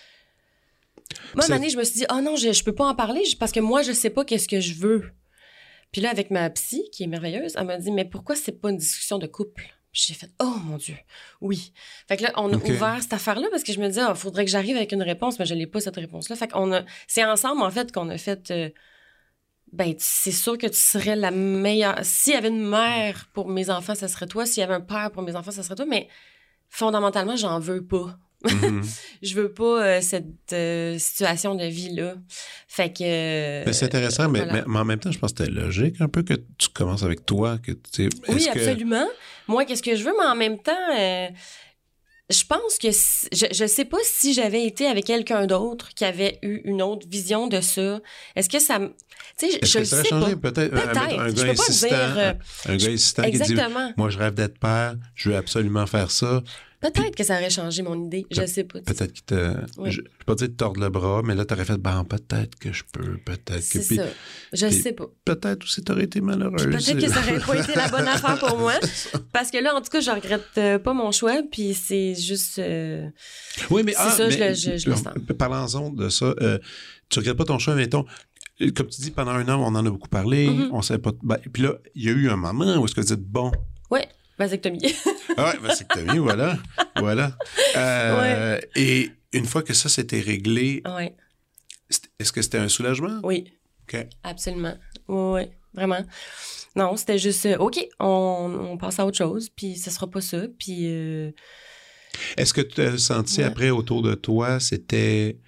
Moi, C'est- une année, je me suis dit, oh non, je, je peux pas en parler parce que moi, je sais pas qu'est-ce que je veux. Puis là, avec ma psy, qui est merveilleuse, elle m'a dit, mais pourquoi c'est pas une discussion de couple? Puis j'ai fait, oh mon Dieu, oui. Fait que là, on a OK. ouvert cette affaire-là parce que je me disais, il faudrait que j'arrive avec une réponse, mais je n'ai pas cette réponse-là. Fait qu'on a, c'est ensemble, en fait, qu'on a fait, euh, ben, c'est sûr que tu serais la meilleure. S'il y avait une mère pour mes enfants, ça serait toi. S'il y avait un père pour mes enfants, ça serait toi. Mais fondamentalement, j'en veux pas. Mhm. Je veux pas euh, cette euh, situation de vie-là. Fait que... euh, Mais c'est intéressant, mais, voilà. mais, mais en même temps, je pense que c'était logique un peu que tu commences avec toi. Que, tu sais, Oui, est-ce que- absolument. Moi, qu'est-ce que je veux, mais en même temps, euh, je pense que... si- je, je sais pas si j'avais été avec quelqu'un d'autre qui avait eu une autre vision de ça. Est-ce que ça... m- Tu sais, je, Est-ce je que le ça aurait sais changé? pas. Peut-être, un- Peut-être. un, Je gars peux pas insistant, dire, euh, un, un gars insistant qui dit Exactement. « Moi, je rêve d'être père, je veux absolument faire ça. » Peut-être que ça aurait changé mon idée. Je Pe- sais pas. tu sais. Peut-être qu'il te... Oui. Je ne peux pas dire de tordre le bras, mais là, tu aurais fait « Ben, peut-être que je peux, peut-être que... » C'est Puis ça. Je puis- sais pas. peut-être aussi tu aurais été malheureuse. Peut-être que ça aurait pas été la bonne affaire pour moi. Parce que là, en tout cas, je regrette euh, pas mon choix. Puis c'est juste... euh, Oui, mais, C'est ah, ça, je mais- le- je- je le sens. Parlons-en de ça. Euh, tu regrettes pas ton choix, mettons. euh, Comme tu dis, pendant un an, on en a beaucoup parlé. Mhm. On savait pas. Ben, puis là, il y a eu un moment où est-ce que vous dites bon. Ouais, vasectomie. Ah ouais, vasectomie, voilà. Voilà. Euh, Et une fois que ça s'était réglé, ouais, c'est- est-ce que c'était un soulagement? oui. OK. Absolument. Oui, oui, vraiment. Non, c'était juste, euh, OK, on, on passe à autre chose, puis ce sera pas ça, puis... euh, Est-ce que tu as senti Ouais. après autour de toi, c'était.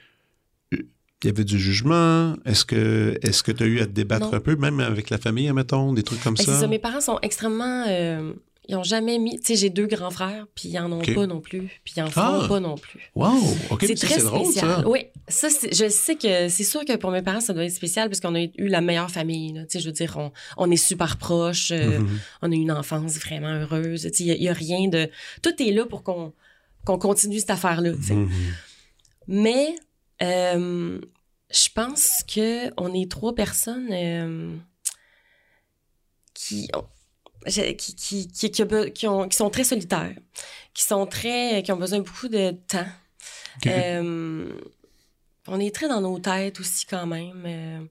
Il y avait du jugement? Est-ce que est-ce que tu as eu à te débattre Non. un peu, même avec la famille, admettons, des trucs comme ben, ça? c'est ça, mes parents sont extrêmement... euh, ils ont jamais mis... Tu sais, j'ai deux grands frères, puis ils en ont OK. pas non plus, puis ils en font Ah! pas non plus. Wow! OK, C'est ça, très c'est drôle, spécial. ça. Oui, ça, c'est- je sais que c'est sûr que pour mes parents, ça doit être spécial parce qu'on a eu la meilleure famille. Là. Tu sais, je veux dire, on, on est super proches. euh, Mhm. On a eu une enfance vraiment heureuse. Tu sais, il n'y a, rien de... Tout est là pour qu'on qu'on continue cette affaire-là. tu sais. Mhm. Mais euh, je pense que on est trois personnes euh, qui, ont, je- qui, qui, qui, qui, a be- qui ont, qui sont très solitaires, qui sont très, qui ont besoin de beaucoup de temps. OK. Euh, on est très dans nos têtes aussi quand même. Euh,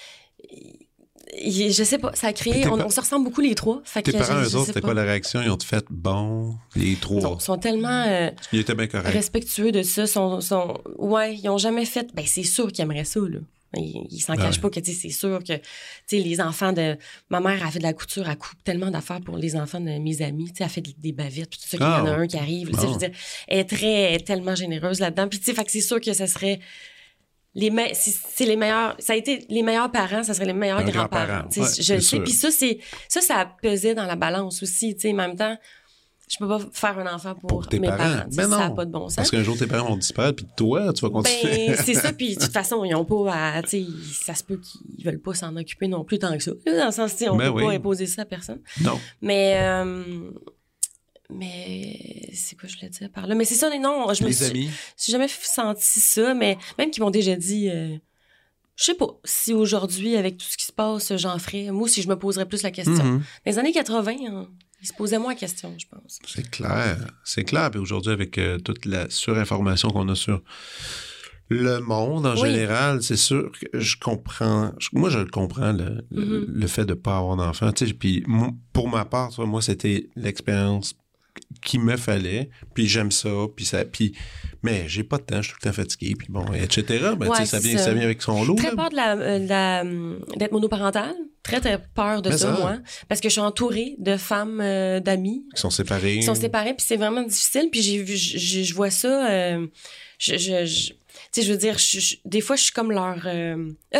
et- je sais pas, ça a Puis créé... tes On, pa- on se ressemble beaucoup les trois. Fait Tes que parents, je- eux je autres, sais c'était pas. quoi la réaction? Ils ont fait bon, les trois. Non, ils sont tellement... euh, Ils étaient bien corrects. respectueux de ça. Sont, sont... Ouais, ils ont jamais fait... Ben, c'est sûr qu'ils aimeraient ça, là. Il, il s'en Ah cache ouais. pas que, tu sais, c'est sûr que, tu sais, les enfants de... Ma mère a fait de la couture, elle coupe tellement d'affaires pour les enfants de mes amis. Tu sais, elle fait des bavettes, puis tout ça, qu'il y en a Ah, un qui arrive. Tu sais, bon. je veux dire, elle est très, elle est tellement généreuse là-dedans. Puis, tu sais, fait que c'est sûr que ça serait... Les me... c'est, c'est les meilleurs... Ça a été les meilleurs parents, ça serait les meilleurs Un grands-parents. grand-parent, Tu sais, ouais, je c'est le sais. sûr. Puis ça, c'est... Ça, ça pesait dans la balance aussi, tu sais. En même temps, je peux pas faire un enfant pour, Pour tes mes parents. parents. tu sais, Ben ça n'a non. pas de bon sens. Parce qu'un jour, tes parents vont disparaître, puis toi, tu vas continuer. Ben, c'est ça, puis de toute façon, ils ont pas à, tu sais, ça se peut qu'ils veulent pas s'en occuper non plus tant que ça. Là, dans le sens, tu sais, on Ben peut oui. pas imposer ça à personne. Non. Mais, euh, mais, c'est quoi je voulais dire par là? Mais c'est ça, non, je me Les suis, amis. j'ai jamais senti ça, mais même qu'ils m'ont déjà dit, euh, je sais pas, si aujourd'hui, avec tout ce qui se passe, j'en ferais, moi, si je me poserais plus la question. Mhm. Dans les années quatre-vingts, hein, ils se posaient moins la question, je pense. C'est clair. C'est clair. Puis aujourd'hui, avec euh, toute la surinformation qu'on a sur le monde en Oui. général, c'est sûr que je comprends. je- moi, je le comprends, le, le, Mhm. le fait de ne pas avoir d'enfant. Tu sais, puis moi, pour ma part, tu vois, moi, c'était l'expérience qu'il me fallait. Puis j'aime ça. Puis ça. Puis, mais j'ai pas de temps, je suis tout le temps fatigué. Puis bon, et cetera. Ben, Ouais, tu sais, ça c'est vient, ça. ça vient avec son lot. Très là. peur de la, euh, de la, hum, d'être monoparentale. Très, très peur de Mais ça, ça. moi. Parce que je suis entourée de femmes, euh, d'amis Qui sont séparés. qui sont séparées, puis c'est vraiment difficile. Puis j'ai vu, je, je- je vois ça. euh, je, je, je- tu sais, je veux dire, je- je- des fois, je suis comme leur. euh, ah,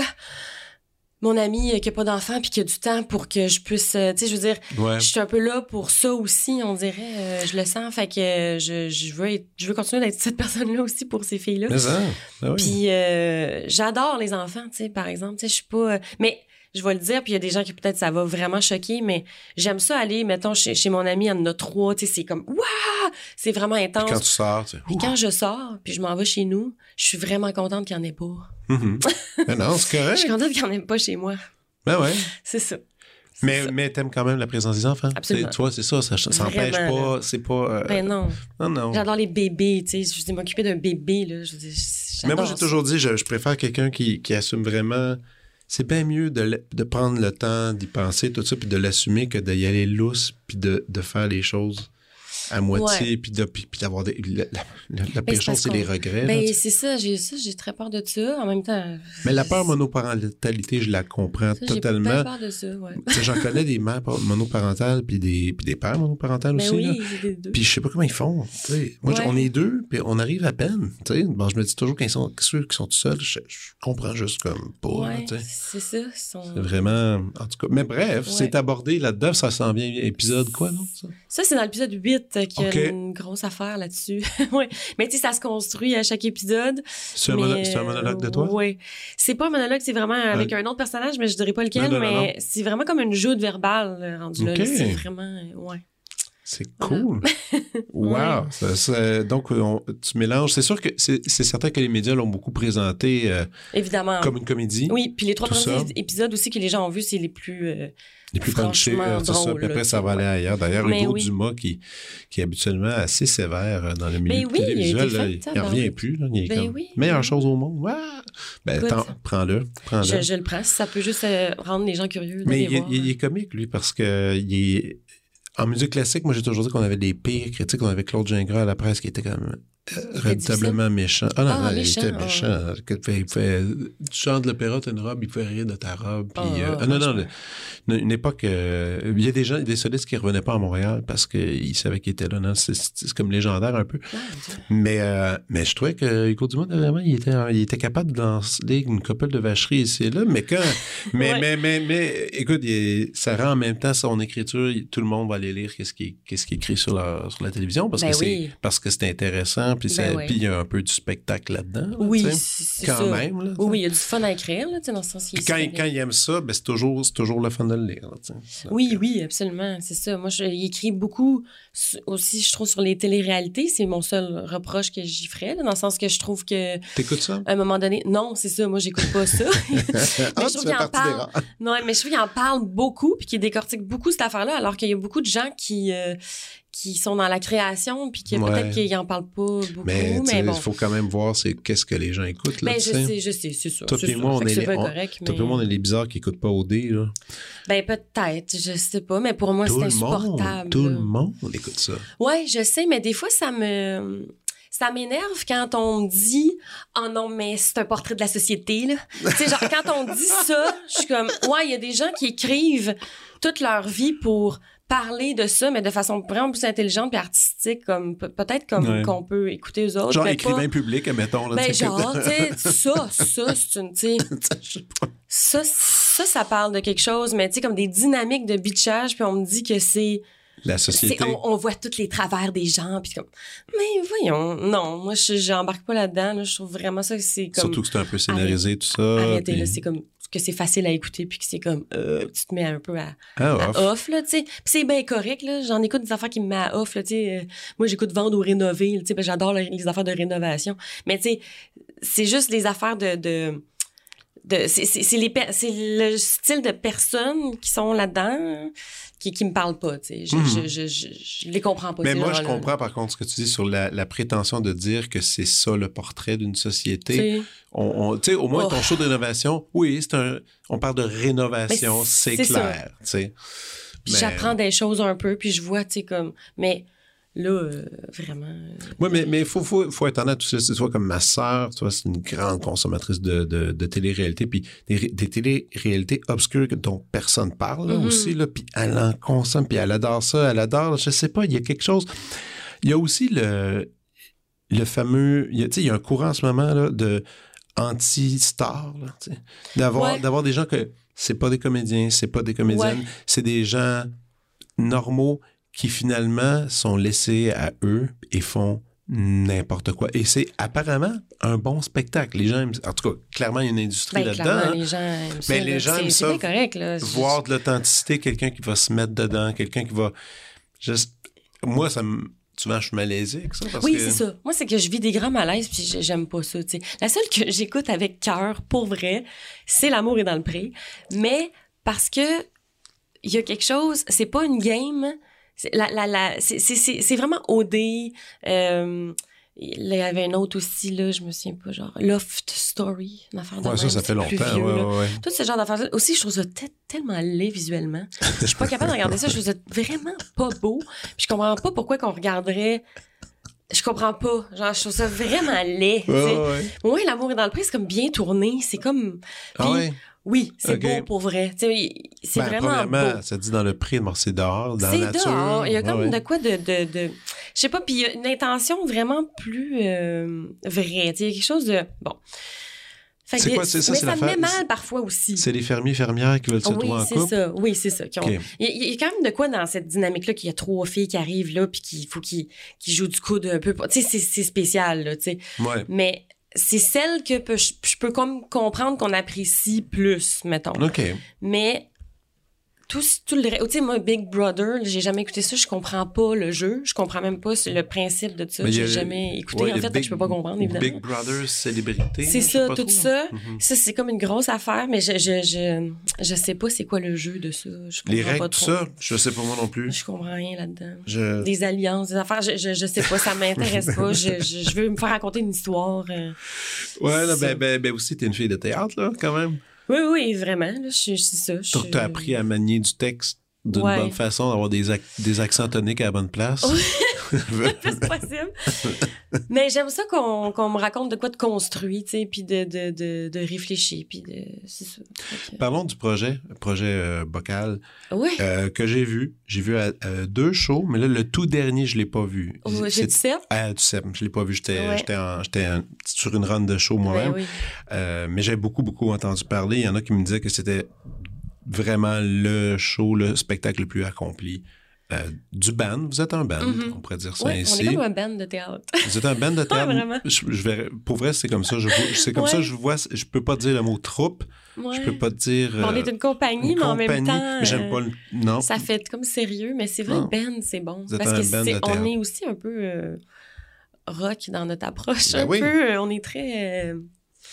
mon ami euh, qui a pas d'enfant puis qui a du temps pour que je puisse. euh, tu sais, je veux dire, Ouais. je suis un peu là pour ça aussi, on dirait. euh, je le sens. Fait que euh, je, je, veux être- je veux continuer d'être cette personne-là aussi pour ces filles-là. Mais ça. Ah oui. Puis euh, j'adore les enfants, tu sais, par exemple. Tu sais, je suis pas... euh, mais je vais le dire, puis il y a des gens qui peut-être ça va vraiment choquer, mais j'aime ça aller, mettons, chez, chez mon ami, il y en a trois, tu sais, c'est comme, waouh! C'est vraiment intense. Puis quand tu sors, tu sais, Puis quand je sors, puis je m'en vais chez nous, je suis vraiment contente qu'il n'y en ait pas. Mhm. Mais non, c'est Je correct. suis contente qu'il n'y en ait pas chez moi. Ben ouais. C'est ça. C'est Mais, ça. mais t'aimes quand même la présence des enfants. Absolument. Tu vois, c'est ça, ça, ça s'empêche Vraiment, pas, c'est pas... euh, Ben non. non, non. J'adore les bébés, tu sais. Je veux m'occuper d'un bébé, là. Je veux dire, j'adore Mais moi, j'ai ça. toujours dit, je, je préfère quelqu'un qui, qui assume vraiment... C'est bien mieux de, le- de prendre le temps d'y penser, tout ça, puis de l'assumer que d'y aller lousse, puis de, de faire les choses à moitié, puis, de, puis, puis d'avoir des... La, la, la- la pire c'est chose, parce c'est les qu'on- regrets. là, Ben, tu sais. c'est ça, j'ai ça, j'ai très peur de ça. En même temps... Mais la peur monoparentalité, je la comprends Ça, j'ai totalement. bien peur de ça, ouais. Tu sais, j'en connais des mères monoparentales, puis des, puis des pères monoparentales Ben aussi. là. oui, j'ai les deux. Puis je sais pas comment ils font. tu sais. Moi, Ouais. on est deux, puis on arrive à peine. tu sais. Bon, je me dis toujours qu'ils sont ceux qui sont tout seuls, je, je comprends juste comme pas. là, Ouais, tu sais. c'est ça. ils sont- C'est vraiment. En tout cas. Mais bref, Ouais. c'est abordé là-dedans. Ça s'en vient épisode quoi, non? Ça? Ça, c'est dans l'épisode huit euh, qu'il y a Ok. une grosse affaire là-dessus. ouais. Mais tu sais, ça se construit à chaque épisode. C'est un, mais, mono- c'est un monologue de toi? Oui. C'est pas un monologue, c'est vraiment avec Ah. un autre personnage, mais je dirais pas lequel, Non, non, non, mais c'est vraiment comme une joute verbale euh, rendue là, Ok. là. C'est vraiment... euh, ouais. C'est cool. Wow. Ça- ça- donc, on- tu mélanges. C'est sûr que c'est c'est certain que les médias l'ont beaucoup présenté euh, Évidemment. comme une comédie. Oui, puis les trois Tout premiers ça. épisodes aussi que les gens ont vus, c'est les plus... euh, Les plus punchés, franchement euh, c'est ça. drôle, Puis après, là, ça va tu sais, aller ailleurs. D'ailleurs, Mais Hugo oui. Dumas, qui, qui est habituellement assez sévère euh, dans le milieu Ben oui, il a télévisuel, été là, fait, il, ça, il dans revient le- plus. Là, il est Ben comme, oui. meilleure chose au monde. Ouais. Ben, Écoute. attends, prends-le. prends-le. je, je le prends. Si ça peut juste euh, rendre les gens curieux. Mais d'aller il, est- voir. il est comique, lui, parce que il est... En musique classique, moi, j'ai toujours dit qu'on avait des pires critiques. On avait Claude Gingras à la presse qui était comme euh, redoutablement méchant. Ah non, Ah, non, méchant, il était ah. méchant. Il fait, il fait, tu chantes de l'opéra, t'as une robe, il fait rire de ta robe. Puis, Ah, euh, ah, ah, non, non, franchement. le- une époque... euh, il y a des gens, des solistes qui revenaient pas à Montréal parce qu'ils savaient qu'ils étaient là. Non, c'est, c'est comme légendaire un peu. Ah, mon Dieu. Mais, euh, mais je trouvais que Hugo Dumas, vraiment, il était, il était capable de lancer une couple de vacheries ici et là. Mais quand, mais, Ouais. mais, mais, mais, écoute, il- ça rend en même temps son écriture, il- tout le monde va aller lire qu'est-ce qui est, qu'est-ce qui est écrit sur la, sur la télévision parce Ben que oui. c'est, parce que c'est intéressant, puis Ben ça- oui. puis il y a un peu du spectacle là-dedans. là, Oui, tu sais. c'est c'est Quand ça. même, là, tu sais. Oui, oui, il y a du fun à écrire, là, tu sais, dans le sens qu'il Puis quand, est quand il aime ça, ben c'est toujours, c'est toujours le fun de le lire. là, tu sais. Donc, Oui, euh, oui, absolument, c'est ça. Moi, je, il écrit beaucoup su- aussi, je trouve, sur les téléréalités. C'est mon seul reproche que j'y ferais, là, dans le sens que je trouve que T'écoutes ça? à un moment donné, non, c'est ça, moi, j'écoute pas ça. Ah, je tu trouve fais qu'il en partie des parle. rares. Non, mais je trouve qu'il en parle beaucoup, puis qu'il décortique beaucoup cette affaire-là, alors qu'il y a beaucoup de gens qui, euh, qui sont dans la création, puis que Ouais. peut-être qu'ils en parlent pas beaucoup, Mais mais, il bon. faut quand même voir c'est qu'est-ce que les gens écoutent. Là, Ben, tu je sais. sais, je sais, c'est sûr. Toi c'est puis sûr. moi, on Fait que est c'est les- pas on- correct, Toi, mais... tout le monde est les bizarres qui écoutent pas O D, là. Ben, peut-être, je sais pas, mais pour moi, Tout c'est le monde, insupportable. tout là. le monde écoute ça. Ouais, je sais, mais des fois, ça me... ça m'énerve quand on me dit « Oh non, mais c'est un portrait de la société, là. » Tu sais, genre, quand on dit ça, je suis comme « Ouais, il y a des gens qui écrivent toute leur vie pour parler de ça, mais de façon vraiment plus intelligente et artistique, comme peut-être comme ouais. qu'on peut écouter eux autres. » Genre écrivain pas... public, admettons. Là, ben genre, tu sais, ça, ça, c'est une, tu sais... ça, ça, ça parle de quelque chose, mais tu sais, comme des dynamiques de bitchage, puis on me dit que c'est... La société. C'est, on, on voit tous les travers des gens, puis comme... Mais voyons, non, moi, je, j'embarque pas là-dedans, là, je trouve vraiment ça que c'est comme... Surtout que c'est un peu scénarisé, arrête, tout ça. Arrêtez, puis... là, c'est comme... que c'est facile à écouter, puis que c'est comme... Euh, tu te mets un peu à, ah, à off. off, là, tu sais. Puis c'est bien correct, là, j'en écoute des affaires qui me mettent à off, là, tu sais. Euh, moi, j'écoute Vendre ou Rénover, tu sais, ben, j'adore les, les affaires de rénovation. Mais tu sais, c'est juste les affaires de... de De, c'est, c'est, c'est, les, c'est le style de personnes qui sont là-dedans qui, qui me parlent pas, tu sais. Je, mm-hmm. je, je, je, je les comprends pas. Mais moi, je comprends par contre ce que tu dis sur la, la prétention de dire que c'est ça le portrait d'une société. Tu sais, au moins, oh. ton show de rénovation, oui, c'est un, on parle de rénovation, c'est, c'est clair, tu sais. Puis mais... j'apprends des choses un peu, puis je vois, tu sais, comme... Mais... Là, euh, vraiment... Euh, oui, mais il mais faut, faut, faut être honnête. Tu sais, toi, comme ma sœur, tu vois, c'est une grande consommatrice de, de, de télé-réalité, puis des, des télé-réalités obscures dont personne parle là, mm-hmm. aussi, là, puis elle en consomme, puis elle adore ça, elle adore, je sais pas, il y a quelque chose... Il y a aussi le, le fameux... Tu sais, il y a un courant en ce moment là, de anti-star, là, tu sais, d'avoir, ouais. d'avoir des gens que c'est pas des comédiens, c'est pas des comédiennes, ouais. c'est des gens normaux qui finalement sont laissés à eux et font n'importe quoi. Et c'est apparemment un bon spectacle. Les gens aiment, en tout cas, clairement, il y a une industrie ben, là-dedans. Hein. Les gens aiment ça. Ben, les gens c'est, aiment c'est ça. Correct, là. Voir de l'authenticité, quelqu'un qui va se mettre dedans, quelqu'un qui va... Juste... Moi, ça me... Souvent, je suis malaisée avec ça. Parce oui, que... c'est ça. Moi, c'est que je vis des grands malaises puis j'aime pas ça, tu sais. La seule que j'écoute avec cœur, pour vrai, c'est L'amour est dans le pré. Mais parce que il y a quelque chose... C'est pas une game... C'est, la, la, la, c'est, c'est, c'est, c'est vraiment O D. Euh, il y avait un autre aussi, là, je me souviens pas, genre Loft Story, une affaire de ouais, même, ça, ça fait longtemps. Vieux, ouais, ouais, ouais. Tout ce genre d'affaires-là. Aussi, je trouve ça t- tellement laid visuellement. Je suis pas capable de regarder ça. Je trouve ça vraiment pas beau. Puis je comprends pas pourquoi qu'on regarderait... Je comprends pas. Genre, je trouve ça vraiment laid. Ouais, ouais. Moi, L'amour est dans le pré, c'est comme bien tourné. C'est comme... Ah puis, ouais? Oui, c'est okay. beau pour vrai. T'sais, c'est ben, vraiment beau. Ça dit dans le prix, c'est dehors, dans c'est la nature. C'est dehors. Il y a comme ouais. de quoi de... de, de... Je sais pas, puis il y a une intention vraiment plus euh, vraie. Il y a quelque chose de... Bon. Fait c'est que, quoi, c'est ça, mais c'est ça l'affaire. me met mal parfois aussi. C'est les fermiers fermières qui veulent se oui, trouver en c'est couple? Ça. Oui, c'est ça. Ont... Okay. Il, y a, il y a quand même de quoi dans cette dynamique-là qu'il y a trois filles qui arrivent là puis qu'il faut qu'ils, qu'ils jouent du coude un peu. Tu sais, c'est, c'est spécial, là, tu sais. Ouais. Mais... c'est celle que peut, je, je peux comme comprendre qu'on apprécie plus, mettons. OK. Mais tout, tout le reste... Tu sais, moi, Big Brother, j'ai jamais écouté ça. Je comprends pas le jeu. Je comprends même pas le principe de ça. Mais j'ai a, jamais écouté, ouais, en fait. Big, je peux pas comprendre, évidemment. Big Brother célébrité. C'est ça, tout trop, ça. Mm-hmm. Ça, c'est comme une grosse affaire, mais je, je, je, je sais pas c'est quoi le jeu de ça. Je comprends Les règles, pas tout trop. ça, je sais pas moi non plus. Je comprends rien là-dedans. Je... Des alliances, des affaires, je, je, je sais pas, ça m'intéresse pas. Je, je, je veux me faire raconter une histoire. Euh, ouais, là, ben, ben, ben aussi, t'es une fille de théâtre, là, quand même. Oui, oui, vraiment. Là, je, c'est ça. Je, Donc, t'as appris à manier du texte d'une ouais. bonne façon, d'avoir des, ac- des accents toniques à la bonne place. Le plus possible. Mais j'aime ça qu'on, qu'on me raconte de quoi de construit, tu sais, puis de, de, de, de réfléchir, puis de... C'est ça. Que... Parlons du projet, projet euh, Bocal, oui. euh, que j'ai vu. J'ai vu euh, deux shows, mais là, le tout dernier, je l'ai pas vu. Oh, j'ai du C E P? Ah, du C E P, je l'ai pas vu. J'étais, ouais. j'étais, en, j'étais en, sur une run de show moi-même. Ben oui. euh, mais j'ai beaucoup, beaucoup entendu parler. Il y en a qui me disaient que c'était vraiment le show, le spectacle le plus accompli. Euh, du band. Vous êtes un band, mm-hmm. on pourrait dire ça ouais, ainsi. On est comme un band de théâtre. Vous êtes un band de théâtre? Ouais, vraiment. Je, je vais, pour vrai, c'est comme ça. Je, c'est comme ouais. ça je vois. Je peux pas dire le mot troupe. Ouais. Je peux pas dire... Euh, on est une compagnie, une mais en compagnie, même temps... Mais j'aime pas le... Non. Ça fait comme sérieux, mais c'est vrai, non. Le band, c'est bon. Vous êtes parce un que band c'est, de théâtre. On est aussi un peu euh, rock dans notre approche. Ben un oui. peu. On est très... Euh,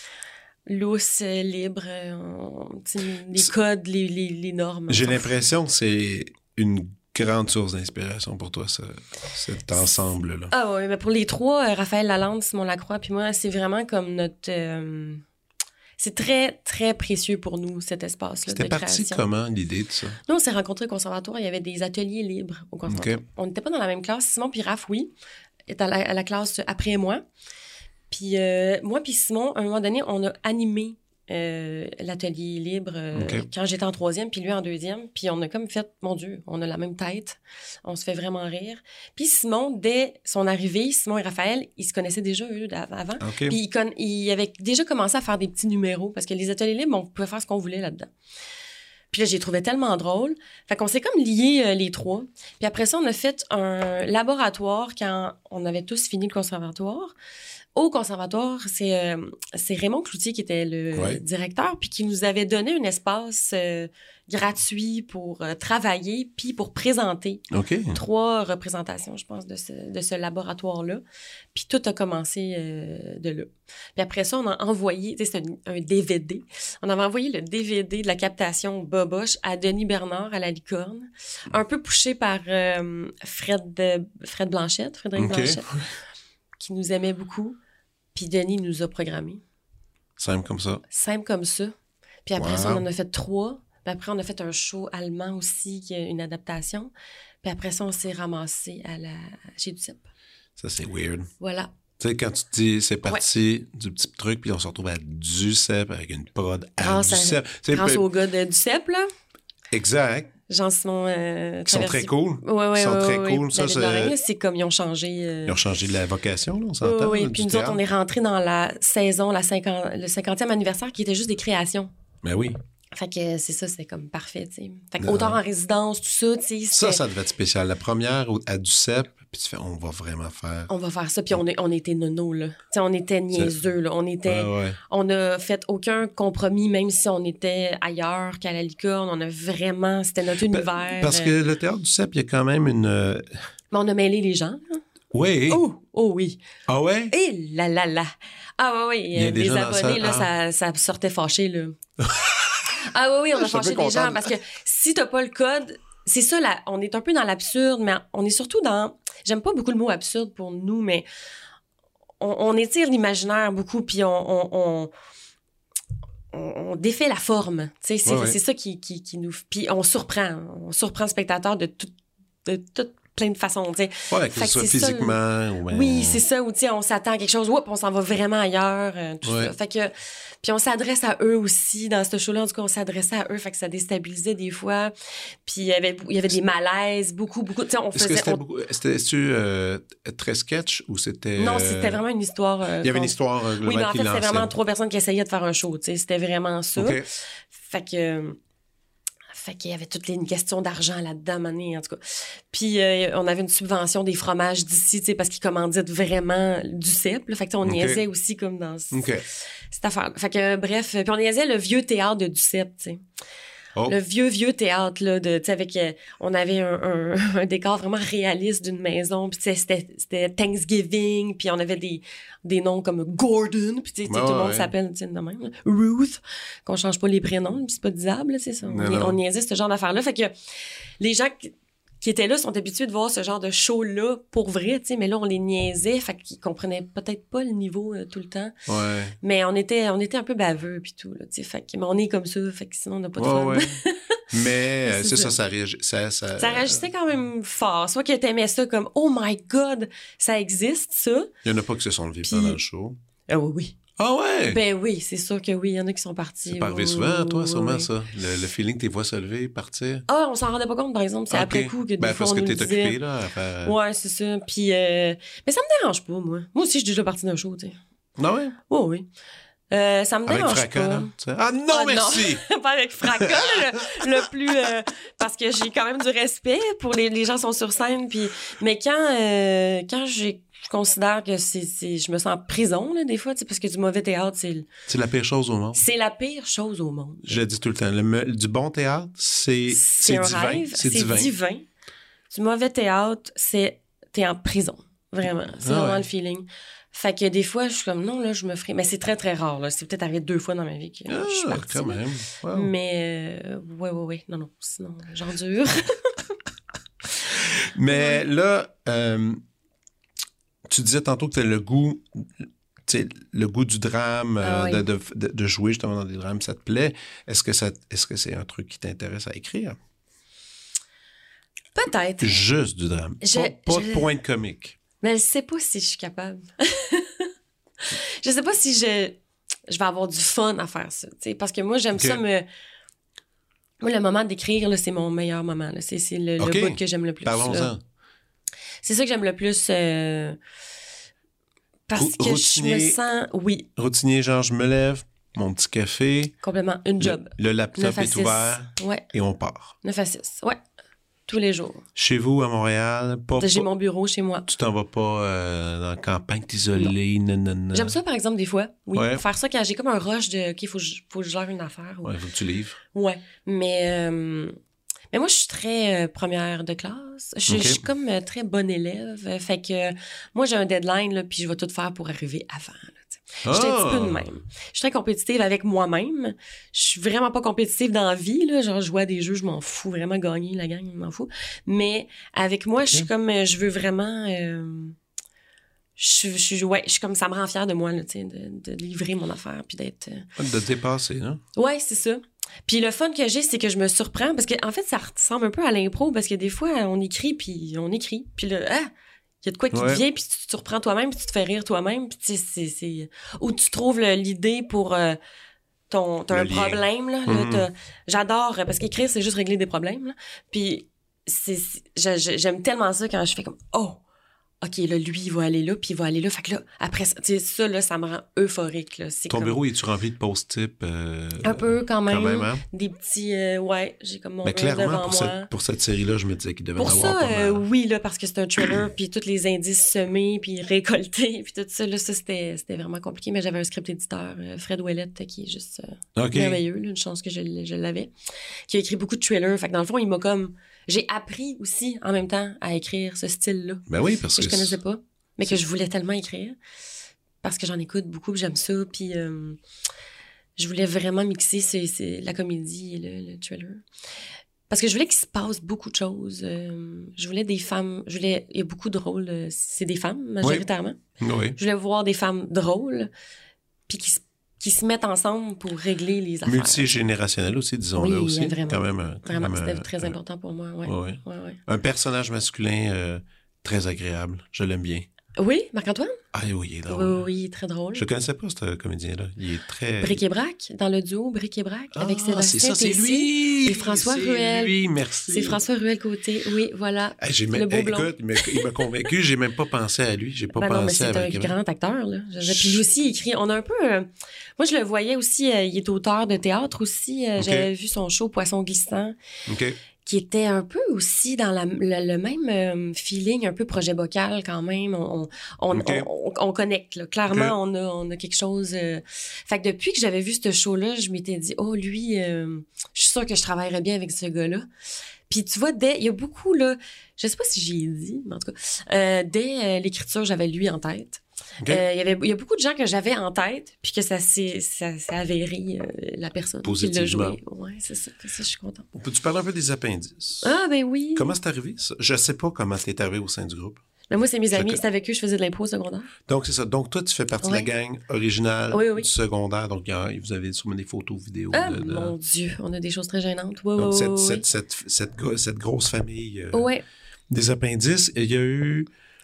lousse, libre, on, les c'est... codes, les, les, les normes. J'ai l'impression que c'est une grande source d'inspiration pour toi, ce, cet ensemble-là. Ah oui, mais pour les trois, euh, Raphaël Lalande, Simon Lacroix, puis moi, c'est vraiment comme notre... Euh, c'est très, très précieux pour nous, cet espace-là C'était de parti création. Comment, l'idée de ça? Nous, on s'est rencontrés au conservatoire, il y avait des ateliers libres au conservatoire. Okay. On n'était pas dans la même classe, Simon puis Raph, oui. est à la, à la classe après moi. Puis euh, moi puis Simon, à un moment donné, on a animé euh, l'atelier libre euh, okay. quand j'étais en troisième, puis lui en deuxième. Puis on a comme fait, mon Dieu, on a la même tête. On se fait vraiment rire. Puis Simon, dès son arrivée, Simon et Raphaël, ils se connaissaient déjà, eux, avant. Okay. Puis ils, con- ils avaient déjà commencé à faire des petits numéros, parce que les ateliers libres, on pouvait faire ce qu'on voulait là-dedans. Puis là, j'ai trouvé tellement drôle. Fait qu'on s'est comme liés euh, les trois. Puis après ça, on a fait un laboratoire quand on avait tous fini le conservatoire. Au conservatoire, c'est, euh, c'est Raymond Cloutier qui était le ouais. directeur, puis qui nous avait donné un espace euh, gratuit pour euh, travailler, puis pour présenter okay. trois représentations, je pense, de ce, de ce laboratoire-là. Puis tout a commencé euh, de là. Puis après ça, on a envoyé, tu sais, c'est un, un D V D. On avait envoyé le D V D de la captation Boboche à Denis Bernard, à la Licorne, un peu poussé par euh, Fred, Fred Blanchette, Frédéric okay. Blanchette, qui nous aimait beaucoup. Puis Denis nous a programmés. Simple comme ça. Simple comme ça. Puis après wow. ça, on en a fait trois. Puis après, on a fait un show allemand aussi, qui a une adaptation. Puis après ça, on s'est ramassé à la... chez Duceppe. Ça, c'est weird. Voilà. Tu sais, quand tu te dis, c'est parti ouais. du petit truc, puis on se retrouve à Duceppe avec une prod à grâce Duceppe. À, grâce au gars de Duceppe, là. Exact. Jean-Simon euh, Ils sont très cool. Oui, oui, Ils sont ouais, très ouais, cool. Ouais. Ça, c'est... Lorraine, c'est comme ils ont changé... Euh... Ils ont changé de la vocation, là, on s'entend. Oui, oui. Puis nous théâtre. Autres, on est rentrés dans la saison, la cinquante, le cinquantième anniversaire, qui était juste des créations. Ben oui. Fait que c'est ça, c'est comme parfait, tu sais. Fait que auteur en résidence, tout ça, tu sais. Ça, ça devait être spécial. La première à Duceppe, puis tu fais, on va vraiment faire... On va faire ça, puis on, est, on était nono, là. Tu sais, on était niaiseux, là. On était... Ouais, ouais. On a fait aucun compromis, même si on était ailleurs qu'à la Licorne. On a vraiment... C'était notre univers. Ben, parce que le théâtre Duceppe, il y a quand même une... Mais on a mêlé les gens, là. Oui. Oh, oh oui. Ah ouais? Et là, là, là. Ah oui, oui. Euh, les abonnés, là, ah. ça, ça sortait fâché, là. Ah oui, oui, on a fâché des gens parce que si t'as pas le code, c'est ça, là, on est un peu dans l'absurde, mais on est surtout dans... J'aime pas beaucoup le mot absurde pour nous, mais on, on étire l'imaginaire beaucoup, puis on, on, on, on, on défait la forme. Tu sais, c'est, ouais, ouais. c'est ça qui, qui, qui nous... Puis on surprend, on surprend le spectateur de tout, de tout plein de façons, tu sais. Ouais, que ce soit physiquement ça, ou... Oui, c'est ça, ou tu sais, on s'attend à quelque chose, oups, on s'en va vraiment ailleurs, euh, tout ouais. ça. Fait que... Puis on s'adresse à eux aussi. Dans ce show-là, en tout cas, on s'adressait à eux. Fait que ça déstabilisait des fois. Puis il y avait, il y avait des malaises, beaucoup, beaucoup. Tu sais, on faisait... Est-ce que c'était, on... beaucoup... c'était-tu euh, très sketch ou c'était... Non, c'était vraiment une histoire... Euh, il y avait une histoire euh, globale. Oui, mais en fait, c'était vraiment trois personnes qui essayaient de faire un show. Tu sais, c'était vraiment ça. Okay. Fait que... Fait qu'il y avait toutes les une question d'argent là-dedans, mané, en tout cas. Puis euh, on avait une subvention des fromages d'ici, tu sais, parce qu'ils commanditent vraiment Duceppe. Fait que on okay. niaisait aussi comme dans ce, okay. cette affaire. Fait que bref, puis on niaisait le vieux théâtre de Duceppe, tu sais. Oh. Le vieux, vieux théâtre, là, de, tu sais, avec, euh, on avait un, un, un décor vraiment réaliste d'une maison, puis tu sais, c'était, c'était Thanksgiving, puis on avait des, des noms comme Gordon, puis tu sais, oh, tout le monde ouais. s'appelle, tu sais, de même, là. Ruth, qu'on change pas les prénoms, puis c'est pas disable, c'est ça. Non, on, non. on niaisait ce genre d'affaires-là. Fait que les gens qui, qui étaient là sont habitués de voir ce genre de show-là pour vrai, tu sais, mais là, on les niaisait, fait qu'ils comprenaient peut-être pas le niveau euh, tout le temps. Ouais. Mais on était, on était un peu baveux, puis tout, là, tu sais, fait que, mais on est comme ça, fait que sinon, on n'a pas de fun. Ouais. Mais c'est, c'est ça, ça, ça, réagi- ça, ça... ça réagissait quand même fort. Soit que t'aimais ça comme « Oh my God, ça existe, ça! » Il y en a pas qui se sont levés Puis... pendant le show. Ah oui, oui. Ah ouais? Ben oui, c'est sûr que oui, il y en a qui sont partis. C'est pas arrivé oh, souvent, toi, sûrement, oui. ça? Le, le feeling que tes voix se lever, partir? Ah, on s'en rendait pas compte, par exemple. C'est okay. après coup que des ben, fois, parce on que nous t'es disait... occupé, là. Faire... Ouais, c'est ça. Puis, euh... mais ça me dérange pas, moi. Moi aussi, je suis déjà partie d'un show, tu sais. Non, ouais? Oh, oui. Euh, ça me avec dérange fracas, pas. Là, ah non, ah, merci! Non. Pas avec fracas, le, le plus... Euh, parce que j'ai quand même du respect pour les, les gens qui sont sur scène. Puis, mais quand, euh, quand j'ai... Je considère que c'est, c'est, je me sens en prison, là, des fois, parce que du mauvais théâtre, c'est... C'est la pire chose au monde. C'est la pire chose au monde. Je le dis tout le temps. Le, du bon théâtre, c'est, c'est, c'est un divin. Rêve, c'est, c'est divin. divin. Du mauvais théâtre, c'est... T'es en prison. Vraiment. C'est ah, vraiment ouais. le feeling. Fait que des fois, je suis comme, non, là, je me ferai... Mais c'est très, très rare, là. C'est peut-être arrivé deux fois dans ma vie que ah, je suis partie. quand même. Wow. Mais, euh, ouais, ouais, ouais. Non, non. Sinon, j'endure. Mais là... Euh, tu disais tantôt que tu as le goût, le goût du drame, ah, euh, oui. de, de, de jouer justement dans des drames, ça te plaît. Est-ce que, ça, est-ce que c'est un truc qui t'intéresse à écrire? Peut-être. Juste du drame. Je, pas pas je... de point comique. Mais je sais pas si je suis capable. Je sais pas si je, je vais avoir du fun à faire ça, tu sais, parce que moi, j'aime okay. ça me... Moi, le moment d'écrire, là, c'est mon meilleur moment. Là. C'est, c'est le, okay. le bout que j'aime le plus. Parlons-en. Là. C'est ça que j'aime le plus. Euh... Parce R- que routinier, je me sens... Oui. Routinier, genre, je me lève, mon petit café. Complètement. Une job. Le, le laptop est ouvert. Ouais. Et on part. neuf à six. Ouais. Tous les jours. Chez vous, à Montréal? Pas, J'ai pas... mon bureau chez moi. Tu t'en vas pas euh, dans la campagne, t'isoler? Non. Non, non. J'aime ça, par exemple, des fois. Oui. Ouais. Faire ça quand j'ai comme un rush de... OK, il faut, faut que je gère une affaire. Ouais, faut que tu livres. Ouais. Mais... Euh... Mais moi, je suis très euh, première de classe. Je, okay. je suis comme euh, très bonne élève. Fait que euh, moi, j'ai un deadline, là, puis je vais tout faire pour arriver avant. Là, oh! Je suis un petit peu de même. Je suis très compétitive avec moi-même. Je suis vraiment pas compétitive dans la vie. Là. Genre, je joue à des jeux, je m'en fous. Vraiment gagner la gang, je m'en fous. Mais avec moi, okay. je suis comme... Euh, je veux vraiment... Euh, je, je, je, ouais, je suis comme... Ça me rend fière de moi, là, de, de livrer mon affaire, puis d'être... Euh... De dépasser, hein? Ouais, c'est ça. Puis le fun que j'ai, c'est que je me surprends parce que en fait, ça ressemble un peu à l'impro parce que des fois, on écrit puis on écrit. Puis là, ah, il y a de quoi qui ouais. te vient puis tu te surprends toi-même puis tu te fais rire toi-même. Puis tu sais, c'est, c'est... Ou tu trouves le, l'idée pour euh, ton... T'as un lien. Problème, là. Mm-hmm. là j'adore, parce qu'écrire, c'est juste régler des problèmes, là. Puis c'est, c'est, j'aime tellement ça quand je fais comme, oh! OK, là, lui, il va aller là, puis il va aller là. Fait que là, après ça, tu sais, ça, là, ça me rend euphorique, là. C'est Ton comme... bureau, es-tu rempli de post-it? Euh... Un peu, quand même. Quand même, hein? Des petits... Euh, ouais, j'ai comme mon Mais clairement, devant pour, moi. Cette, pour cette série-là, je me disais qu'il devait pour en avoir ça, pas mal. Euh, oui, là, parce que c'est un thriller, puis tous les indices semés, puis récoltés, puis tout ça, là, ça, c'était, c'était vraiment compliqué. Mais j'avais un script éditeur, euh, Fred Ouellette, qui est juste euh, okay. merveilleux, là, une chance que je, je l'avais, qui a écrit beaucoup de thrillers. Fait que dans le fond, il m'a comme... J'ai appris aussi, en même temps, à écrire ce style-là. Ben oui, parce que... que je connaissais pas. Mais que je voulais tellement écrire parce que j'en écoute beaucoup, puis j'aime ça. Puis euh, je voulais vraiment mixer c'est, c'est la comédie et le, le thriller. Parce que je voulais qu'il se passe beaucoup de choses. Euh, je voulais des femmes... Je voulais... Il y a beaucoup de rôles. Euh, c'est des femmes, majoritairement. Oui. Oui. Je voulais voir des femmes drôles puis qui se, qui se mettent ensemble pour régler les affaires. Multigénérationnel aussi, disons-le oui, aussi. Vraiment. Quand même, vraiment, quand même c'était un, très un, important pour moi. Ouais. Ouais, ouais, ouais. Un personnage masculin euh, très agréable. Je l'aime bien. Oui, Marc-Antoine? Ah oui, il est drôle. Oui, oui, il est très drôle. Je ne connaissais pas ce comédien-là. Il est très... Bric et Brac, dans le duo Bric et Brac, ah, avec Sébastien c'est ça, c'est Tessier lui! Et François c'est Ruel. lui, merci. C'est François Ruel-Côté, oui, voilà. Hey, j'ai le beau hey, blond. Écoute, il m'a, il m'a convaincu, j'ai même pas pensé à lui. J'ai pas ben pensé non, mais c'est à un Bric grand acteur, là. Je... Puis lui aussi, il écrit... On a un peu... Euh... Moi, je le voyais aussi, euh, il est auteur de théâtre aussi. Euh, okay. J'avais vu son show Poisson glissant. OK. Qui était un peu aussi dans la, le, le même euh, feeling, un peu projet bocal quand même. On, on, okay. on, on, on connecte, là. Clairement, okay. on, a, on a quelque chose... Euh... Fait que depuis que j'avais vu ce show-là, je m'étais dit, oh, lui, euh, je suis sûre que je travaillerais bien avec ce gars-là. Puis tu vois, dès, il y a beaucoup, là, je sais pas si j'y ai dit, mais en tout cas, euh, dès euh, l'écriture, j'avais lui en tête. Okay. Euh, il y avait, il y a beaucoup de gens que j'avais en tête, puis que ça s'est, ça s'est avéré, euh, la personne qui l'a joué. Ouais, c'est ça, c'est ça, je suis contente. Peux-tu parler un peu des appendices? Ah, ben oui. Comment c'est arrivé, ça? Je sais pas comment t'es arrivé au sein du groupe. Ben moi, c'est mes amis, c'est avec eux que je faisais de l'impro au secondaire. Donc, c'est ça. Donc, toi, tu fais partie ouais. de la gang originale oui, oui. du secondaire. Donc, vous avez sûrement des photos, vidéos. Ah, de, de... mon Dieu, on a des choses très gênantes. Ouais, donc, ouais, cette, ouais, cette, ouais. Cette, cette, cette, cette grosse famille euh, ouais. des appendices, il y a eu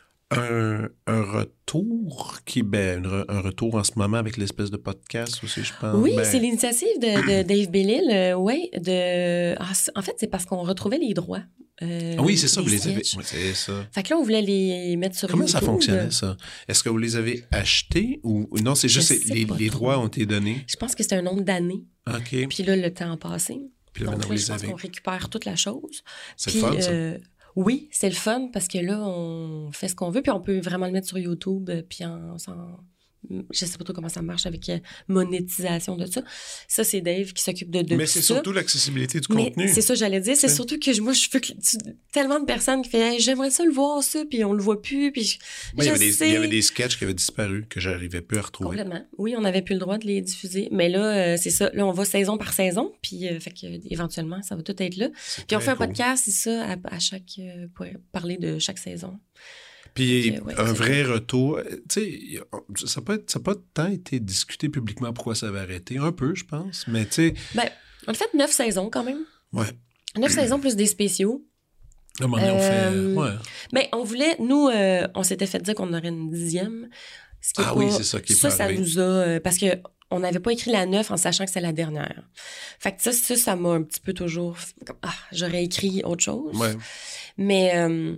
un, un retour qui, ben, un retour en ce moment avec l'espèce de podcast aussi, je pense. Oui, ben... c'est l'initiative de, de Dave Bellil. Euh, oui, de... Ah, en fait, c'est parce qu'on retrouvait les droits. Euh, oui, c'est ça, vous les avez. Oui, c'est ça. Fait que là, on voulait les mettre sur Comment YouTube. ça fonctionnait, ça? Est-ce que vous les avez achetés ou non, c'est juste c'est, les, les droits ont été donnés? Je pense que c'est un nombre d'années. OK. Puis là, le temps a passé. Puis là, donc, maintenant, là, vous je les pense avez. qu'on récupère toute la chose. C'est puis, le fun, ça? Euh, oui, c'est le fun parce que là, on fait ce qu'on veut, puis on peut vraiment le mettre sur YouTube, puis en... en je sais pas trop comment ça marche avec euh, monétisation de ça. Ça, c'est Dave qui s'occupe de, de Mais tout c'est ça. surtout l'accessibilité du Mais contenu. C'est ça, j'allais dire. C'est, c'est surtout que moi, je veux que tu, tellement de personnes qui font hey, j'aimerais ça le voir, ça, puis on le voit plus. Puis je, Moi, je il, y avait des, sais. il y avait des sketchs qui avaient disparu, que j'arrivais plus à retrouver. Complètement. Oui, on n'avait plus le droit de les diffuser. Mais là, euh, c'est ça. Là, on va saison par saison. Puis, euh, fait que, éventuellement, ça va tout être là. C'est puis on fait un podcast, cool. C'est ça, à, à chaque. Euh, pour parler de chaque saison. Puis okay, ouais, un vrai cool. Retour, tu sais, ça n'a pas, pas tant été discuté publiquement pourquoi ça avait arrêté. Un peu, je pense, mais tu sais... Ben, on a fait neuf saisons quand même. Ouais. Neuf saisons plus des spéciaux. Là, on fait... Euh, Ouais. Ben, on voulait... Nous, euh, on s'était fait dire qu'on aurait une dixième. Ce qui est Ah pas, oui, c'est ça qui est Ça, pas ça arrivé. nous a... euh, parce que on n'avait pas écrit la neuf en sachant que c'est la dernière. Fait que ça, ça, ça m'a un petit peu toujours... Comme, ah, j'aurais écrit autre chose. Ouais. Mais euh,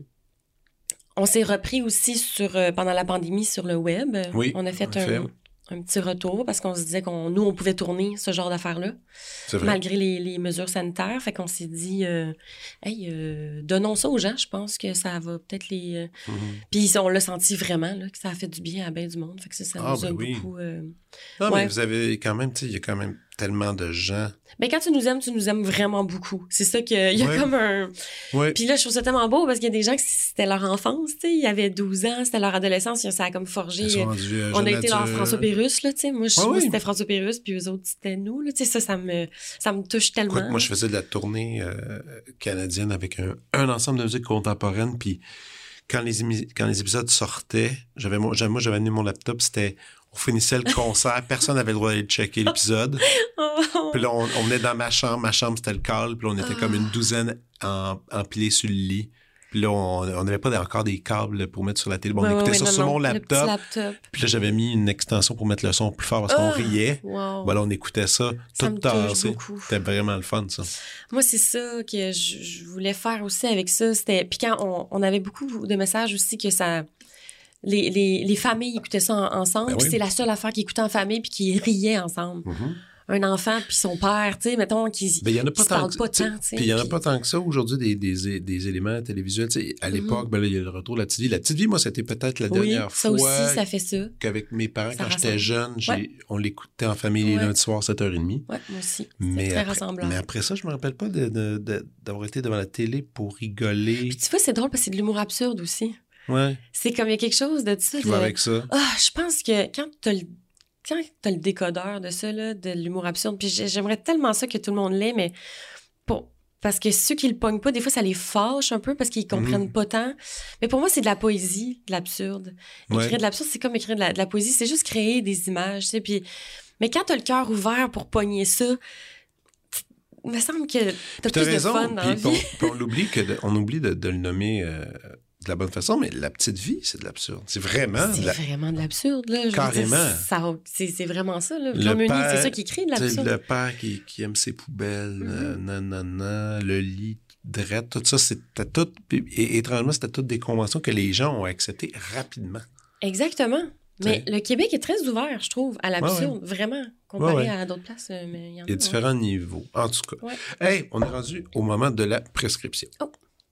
on s'est repris aussi sur euh, pendant la pandémie sur le web. Oui, On a fait en un, fait. un petit retour parce qu'on se disait qu'on nous, on pouvait tourner ce genre d'affaires-là. C'est vrai. Malgré les, les mesures sanitaires. Fait qu'on s'est dit, euh, hey, euh, donnons ça aux gens. Je pense que ça va peut-être les... Euh... Mm-hmm. Puis on l'a senti vraiment, là, que ça a fait du bien à bien du monde. Fait que ça, ça Ah, nous a ben oui. beaucoup... Euh... Non, Ouais. mais vous avez quand même, tu sais, il y a quand même tellement de gens. Ben, quand tu nous aimes, tu nous aimes vraiment beaucoup. C'est ça qu'il y a Ouais. comme un... Oui. Puis là, je trouve ça tellement beau parce qu'il y a des gens que c'était leur enfance, tu sais. Ils avaient douze ans, c'était leur adolescence. Ça a comme forgé... Ils sont rendus, euh, On a jeunes été leur adultes. François Pérusse, là, tu sais. Moi, je- Ah moi oui. c'était François Pérusse, puis eux autres, c'était nous, là. Tu sais, ça, ça me, ça me touche tellement. Écoute, moi, je faisais de la tournée euh, canadienne avec un, un ensemble de musique contemporaine, puis quand les, émi- quand les épisodes sortaient, j'avais mon, j'avais- moi, j'avais amené mon laptop, c'était... On finissait le concert, personne n'avait le droit d'aller checker l'épisode. Oh. Puis là, on, on venait dans ma chambre, ma chambre, c'était le câble, puis là, on était comme une douzaine en, empilés sur le lit. Puis là, on n'avait pas encore des câbles pour mettre sur la télé. Bon, Ouais, on écoutait ouais, ça non, sur non, mon le petit laptop. laptop. Puis là, j'avais mis une extension pour mettre le son plus fort parce qu'on Ah! riait. Wow. Voilà, on écoutait ça, Ça tout me touche tassé. beaucoup. C'était vraiment le fun, ça. Moi, c'est ça que je, je voulais faire aussi avec ça. C'était... Puis quand on, on avait beaucoup de messages aussi que ça... Les, les, les familles écoutaient ça en- ensemble, Ben puis oui. c'est la seule affaire qu'ils écoutaient en famille, puis qui riaient ensemble. Mhm. Un enfant puis son père, tu sais, mettons, qui Ben, il y en a pas se tant parlent que- pas tu sais, tant, tu sais. Puis il y en a puis- pas tant que ça aujourd'hui, des, des, des éléments télévisuels. Tu sais, à l'époque, Mhm. ben là, il y a le retour de la petite vie. La petite vie, moi, c'était peut-être la Oui, dernière ça fois aussi, ça fait ça. qu'avec mes parents, Ça quand j'étais rassemble. jeune, j'ai, Ouais. on l'écoutait en famille les Ouais. lundis soirs, sept heures trente. Ouais, moi aussi. Mais C'est très après, rassemblant. mais après ça, je me rappelle pas de, de, de- d'avoir été devant la télé pour rigoler. Puis tu vois, c'est drôle parce que c'est de l'humour absurde aussi. Ouais, C'est comme il y a quelque chose de ça. qui de- va avec ça. Ah, je pense que quand t'as le quand t'as le décodeur de ça, là, de l'humour absurde, puis j'ai- j'aimerais tellement ça que tout le monde l'ait, mais pour... parce que ceux qui le pognent pas, des fois, ça les fâche un peu parce qu'ils comprennent Mhm. pas tant. Mais pour moi, c'est de la poésie, de l'absurde. Écrire Ouais. de l'absurde, c'est comme écrire de la, de la poésie. C'est juste créer des images, tu sais. Puis... Mais quand t'as le cœur ouvert pour pogner ça, il me semble que t'as Puis t'as plus raison, de fun dans la puis on, vie. puis on l'oublie que de- on oublie de, de le nommer euh, de la bonne façon, mais la petite vie, c'est de l'absurde. C'est vraiment C'est de la... vraiment de l'absurde, là. Je veux Carrément. dire, ça- c'est, c'est vraiment ça, là. Le Jean Meunier, père- c'est ça qui crée de Tu sais, l'absurde. le père qui, qui aime ses poubelles, Mhm. euh, nanana, le lit drette, tout ça, c'était tout... puis- Et étrangement, c'était toutes des conventions que les gens ont acceptées rapidement. Exactement. Mais T'sais. le Québec est très ouvert, je trouve, à l'absurde, vraiment, comparé Ouais, ouais. à d'autres places. euh, Mais il y en a, Il y a différents niveaux, en tout cas. Ouais. Hey, on est rendu au moment de la prescription. Oh.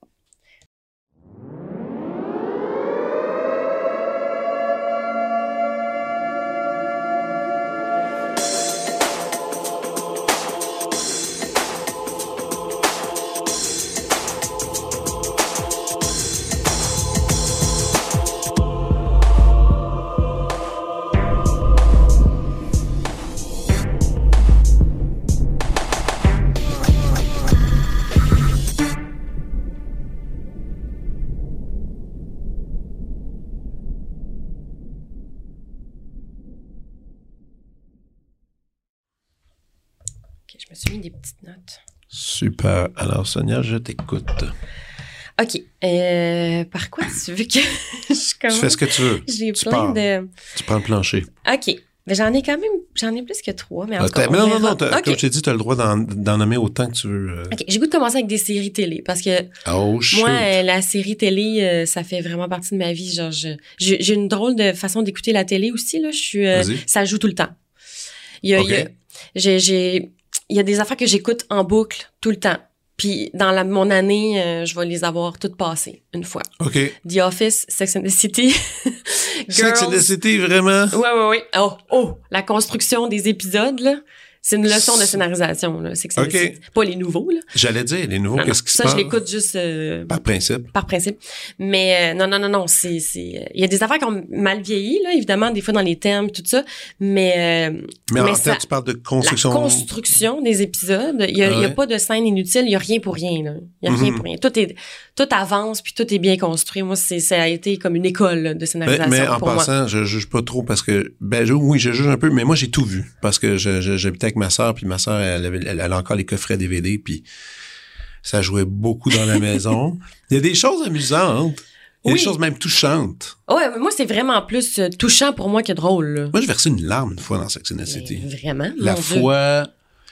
Ok, je me suis mis des petites notes. Super. Alors, Sonia, je t'écoute. OK. Euh, par quoi tu veux que je Tu commence? fais ce que tu veux. J'ai tu plein pars. de... Tu prends le plancher. OK. Mais j'en ai quand même... J'en ai plus que trois, mais en Ah, tout cas, t'as- on mais non, non, verra. non. t'as- OK. Comme je t'ai dit, tu as le droit d'en, d'en nommer autant que tu veux. euh. OK. J'ai goût de commencer avec des séries télé, parce que Oh, shoot. moi, euh, la série télé, euh, ça fait vraiment partie de ma vie. Genre, je- j'ai j'ai une drôle de façon d'écouter la télé aussi, là. Je suis... euh, Vas-y. ça joue tout le temps. Il y a, OK. il y a- j'ai, j'ai, il y a des affaires que j'écoute en boucle tout le temps. Puis dans la, mon année, euh, je vais les avoir toutes passées une fois. OK. The Office, Sex and the City, Sex and the Girls. City, vraiment? Ouais, ouais, ouais. Oh, oh, la construction des épisodes, là. C'est une leçon de scénarisation, là. Sex and the OK. City. Pas les nouveaux, là. J'allais dire, les nouveaux, Non, non. qu'est-ce qui se Ça, passe? je l'écoute juste euh, Par principe. par principe. Mais euh, non, non, non, non, c'est... c'est, euh, il y a des affaires qui ont mal vieilli, là, évidemment, des fois dans les termes, tout ça. Mais... euh, Mais, Mais en ça- fait, tu parles de construction. La construction des épisodes, il n'y a, Ah il y a ouais? pas de scène inutile, il n'y a rien pour rien. Là. Il n'y a rien Mhm. pour rien. Tout, est, tout avance, puis tout est bien construit. Moi, c'est, ça a été comme une école là, de Mais, scénarisation mais en pour moi. passant, je juge pas trop parce que, ben, je- oui, je juge un peu, mais moi, j'ai tout vu. Parce que je, je- j'habitais avec ma sœur, puis ma sœur, elle, avait- elle, elle a encore les coffrets D V D, puis Ça jouait beaucoup dans la maison. Il y a des choses amusantes. Il y a Oui. des choses même touchantes. Ouais, mais moi, c'est vraiment plus euh, touchant pour moi que drôle, là. Moi, j'ai versé une larme une fois dans Sex and the City. Mais vraiment, La mon Dieu. fois...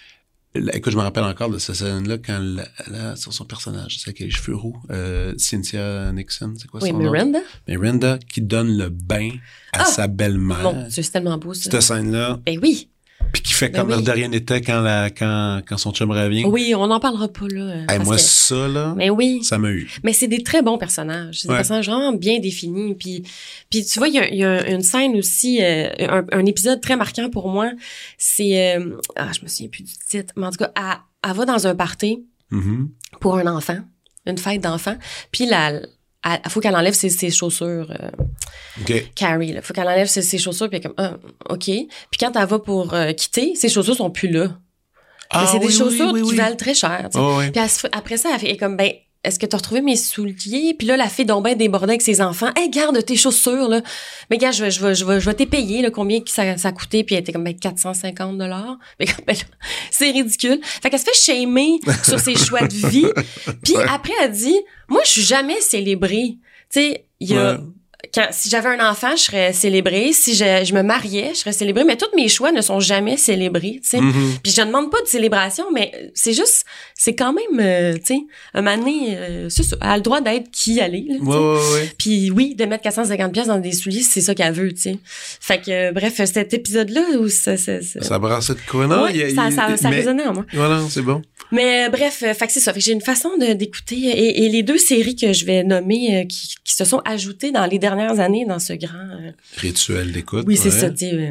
la- Écoute, je me rappelle encore de cette scène-là quand la, la- sur son personnage, c'est avec les cheveux roux, euh, Cynthia Nixon, c'est quoi Oui, son nom? Miranda? Miranda, qui donne le bain à Ah! sa belle-mère. Mon Dieu, c'est tellement beau, ça. Cette scène-là, Ben oui. puis qui fait Ben comme oui. de rien n'était quand, la, quand, quand son chum revient. Oui, on n'en parlera pas, là. Hey, parce moi, que- ça, là, Mais oui. ça m'a eu. Mais c'est des très bons personnages. C'est Ouais. des personnages vraiment bien définis. Puis, puis tu vois, il y a, il y a une scène aussi, euh, un, un épisode très marquant pour moi. C'est... euh, ah, je me souviens plus du titre. Mais en tout cas, elle, elle va dans un party Mhm. pour un enfant, une fête d'enfant. Puis, il faut qu'elle enlève ses, ses chaussures... euh, OK. Carrie, là. Faut qu'elle enlève ses, ses chaussures, puis elle est comme, ah, OK. Puis quand elle va pour euh, quitter, ses chaussures sont plus là. Mais c'est des oui, chaussures oui, oui, qui oui. valent très cher, tu sais. Oh, oui. Puis elle se fait- après ça, elle fait elle est comme, ben, est-ce que t'as retrouvé mes souliers? Puis là, la fille donc ben débordée avec ses enfants. Hey, garde tes chaussures, là. Mais gars, je vais, je vais, je vais, je vais t'es payer, là, combien que ça, ça a coûté. Puis elle était comme, ben, quatre cent cinquante dollars. Mais comme, ben, là, c'est ridicule. Fait qu'elle se fait shamer sur ses choix de vie. Puis Ouais. après, elle dit, moi, je suis jamais célébrée. Tu sais, il y a... Ouais. Quand, si j'avais un enfant, je serais célébrée. Si je, je me mariais, je serais célébrée. Mais tous mes choix ne sont jamais célébrés, tu sais. Mhm. Puis je ne demande pas de célébration, mais c'est juste, c'est quand même, euh, tu sais, un moment donné, euh, c'est ça, elle a le droit d'être qui elle est, là, tu sais. Ouais, ouais, ouais. Puis oui, de mettre quatre cent cinquante pièces dans des souliers, c'est ça qu'elle veut, tu sais. Fait que, euh, bref, cet épisode-là, où ça... ça, ça... Ça brassait de quoi, non? Ouais, Il y a- ça, il- ça, ça mais- résonnait en moi. Voilà, c'est bon. Mais euh, bref, euh, fait que c'est ça. Fait que j'ai une façon de d'écouter et, et les deux séries que je vais nommer euh, qui, qui se sont ajoutées dans les dernières années dans ce grand euh, Rituel d'écoute. oui c'est ouais. ça tu sais, euh,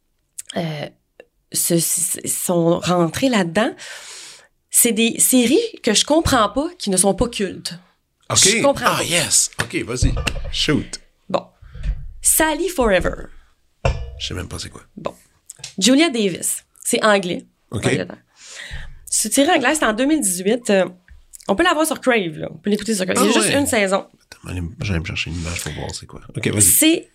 euh, se, se- sont rentrés là-dedans. C'est des séries que je comprends pas qui ne sont pas cultes. OK. Je comprends Ah, pas. yes. OK, vas-y. Shoot. Bon, Sally Forever. Je sais même pas c'est quoi. Bon, Julia Davis. C'est anglais. OK. Angleterre. Ce série anglaise, c'est en deux mille dix-huit. Euh, on peut la voir sur Crave, là. On peut l'écouter sur Crave. Il y a Ah juste ouais. une saison. Attends, j'allais me chercher une image pour voir c'est quoi. OK, vas-y. C'est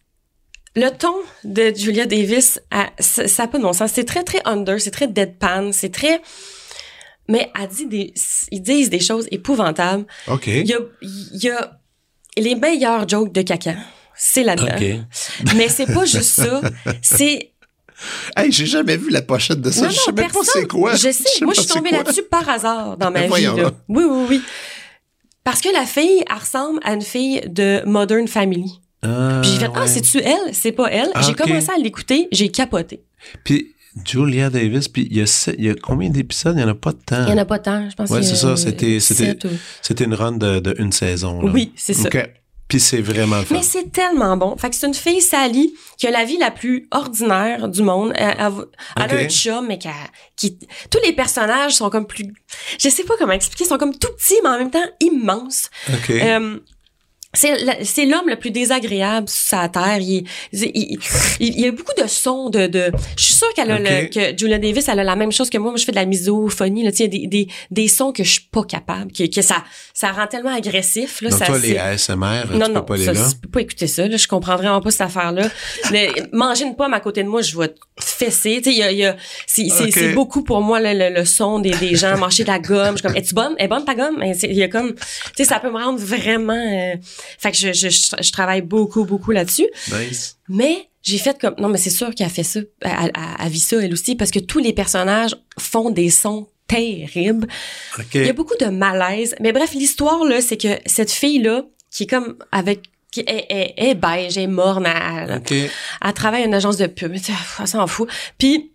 le ton de Julia Davis, à- ça ça a pas de bon sens. C'est très, très under, c'est très deadpan, c'est très... Mais elle dit des, ils disent des choses épouvantables. OK. Il y a, il y a les meilleurs jokes de caca. C'est là-dedans. OK. Mais c'est pas juste ça. C'est... Hey, j'ai jamais vu la pochette de ça. Non, je non, sais même pas personne. c'est quoi. Je sais. Moi, je suis pas tombée c'est quoi. là-dessus par hasard dans ma Ben, vie. voyons Là. donc. Oui, oui, oui. Parce que la fille, elle ressemble à une fille de Modern Family. Ah, Puis j'ai fait, ah, ouais. c'est-tu elle? C'est pas elle. Ah, J'ai ok. commencé à l'écouter, j'ai capoté. Puis Julia Davis, puis il y a, sept- il y a combien d'épisodes? Il y en a pas de temps. Il y en a pas tant, je pense. Ouais, qu'il y a, c'est ça, euh, c'était- c'était- sept ou- C'était une run de, de une saison. Là. Oui, c'est ça. OK. Puis c'est vraiment le fun. Mais c'est tellement bon. Fait que c'est une fille, Sally, qui a la vie la plus ordinaire du monde. Elle, elle- elle Ok. a un chum, mais qui, qui... Tous les personnages sont comme plus... Je sais pas comment expliquer. Ils sont comme tout petits, mais en même temps immenses. OK. Euh, c'est la- c'est l'homme le plus désagréable sur sa terre. Il, est- il, il, il- il y a beaucoup de sons de, de je suis sûre qu'elle a Ok. le, que Julia Davis elle a la même chose que moi. Moi je fais de la misophonie là, tu sais, il y a des, des des sons que je suis pas capable, que, que ça ça rend tellement agressif là. Donc ça, toi, c'est- les A S M R, non, tu non, peux pas les ça, là? tu peux pas écouter ça. Là. Je comprends vraiment pas cette affaire-là. Le- manger une pomme à côté de moi, je vais te fesser. Tu sais, il y a, il y a, c'est, c'est, Ok. c'est beaucoup pour moi le, le, le son des, des gens, manger de la gomme. Je suis comme, es-tu bonne? Est bonne ta gomme? Et c'est- Il y a comme, tu sais, ça peut me rendre vraiment... euh, Fait que je, je, je, je travaille beaucoup, beaucoup là-dessus. Nice. Mais j'ai fait comme... Non, mais c'est sûr qu'elle a fait ça. Elle, elle, elle vit ça, elle aussi, parce que tous les personnages font des sons terribles. OK. Il y a beaucoup de malaise. Mais bref, l'histoire, là, c'est que cette fille-là, qui est comme avec... qui est, est, est beige, est morne, elle, elle- OK. elle travaille à une agence de pub. Elle s'en fout. Puis,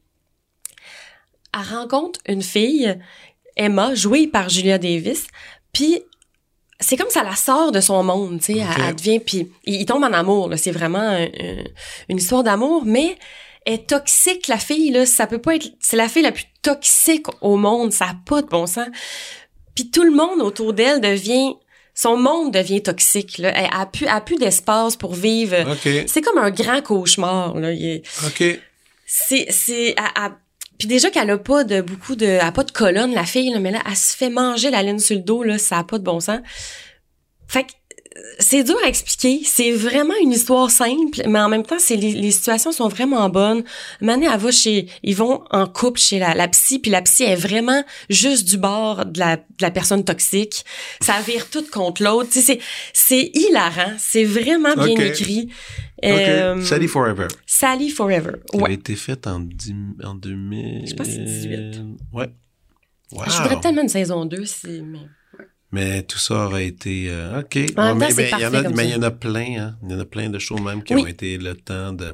elle rencontre une fille, Emma, jouée par Julia Davis. Puis, c'est comme ça la sort de son monde, tu sais. Ok. Elle, elle devient... Puis, il, il tombe en amour, là. C'est vraiment un- un- une histoire d'amour, mais... Elle est toxique, la fille, là. Ça peut pas être... C'est la fille la plus toxique au monde. Ça a pas de bon sens. Puis tout le monde autour d'elle devient... Son monde devient toxique, là. Elle a plus, elle a plus d'espace pour vivre. OK. C'est comme un grand cauchemar, là. Il est- OK. C'est... c'est elle- elle- Puis déjà qu'elle a pas de beaucoup de... Elle a pas de colonne, la fille, là. Mais là, elle se fait manger la laine sur le dos, là. Ça a pas de bon sens. Fait que c'est dur à expliquer. C'est vraiment une histoire simple, mais en même temps, c'est les, les situations sont vraiment bonnes. Mané, elle va chez, ils vont en couple chez la, la psy, puis la psy est vraiment juste du bord de la, de la personne toxique. Ça vire tout contre l'autre. Tu sais, c'est, c'est hilarant. C'est vraiment bien okay. écrit. OK. Euh, Sally Forever. Sally Forever. Elle Ouais. a été faite en, dix, en deux mille... Je pense que c'est dix-huit. Ouais. Wow. Je voudrais tellement une saison deux, c'est... Mais... Mais tout ça aurait été... Euh, OK. En Ouais, même temps, mais c'est mais il y en parfait a, comme mais ça. il y en a plein, hein. Il y en a plein de shows même qui Oui. ont été le temps de...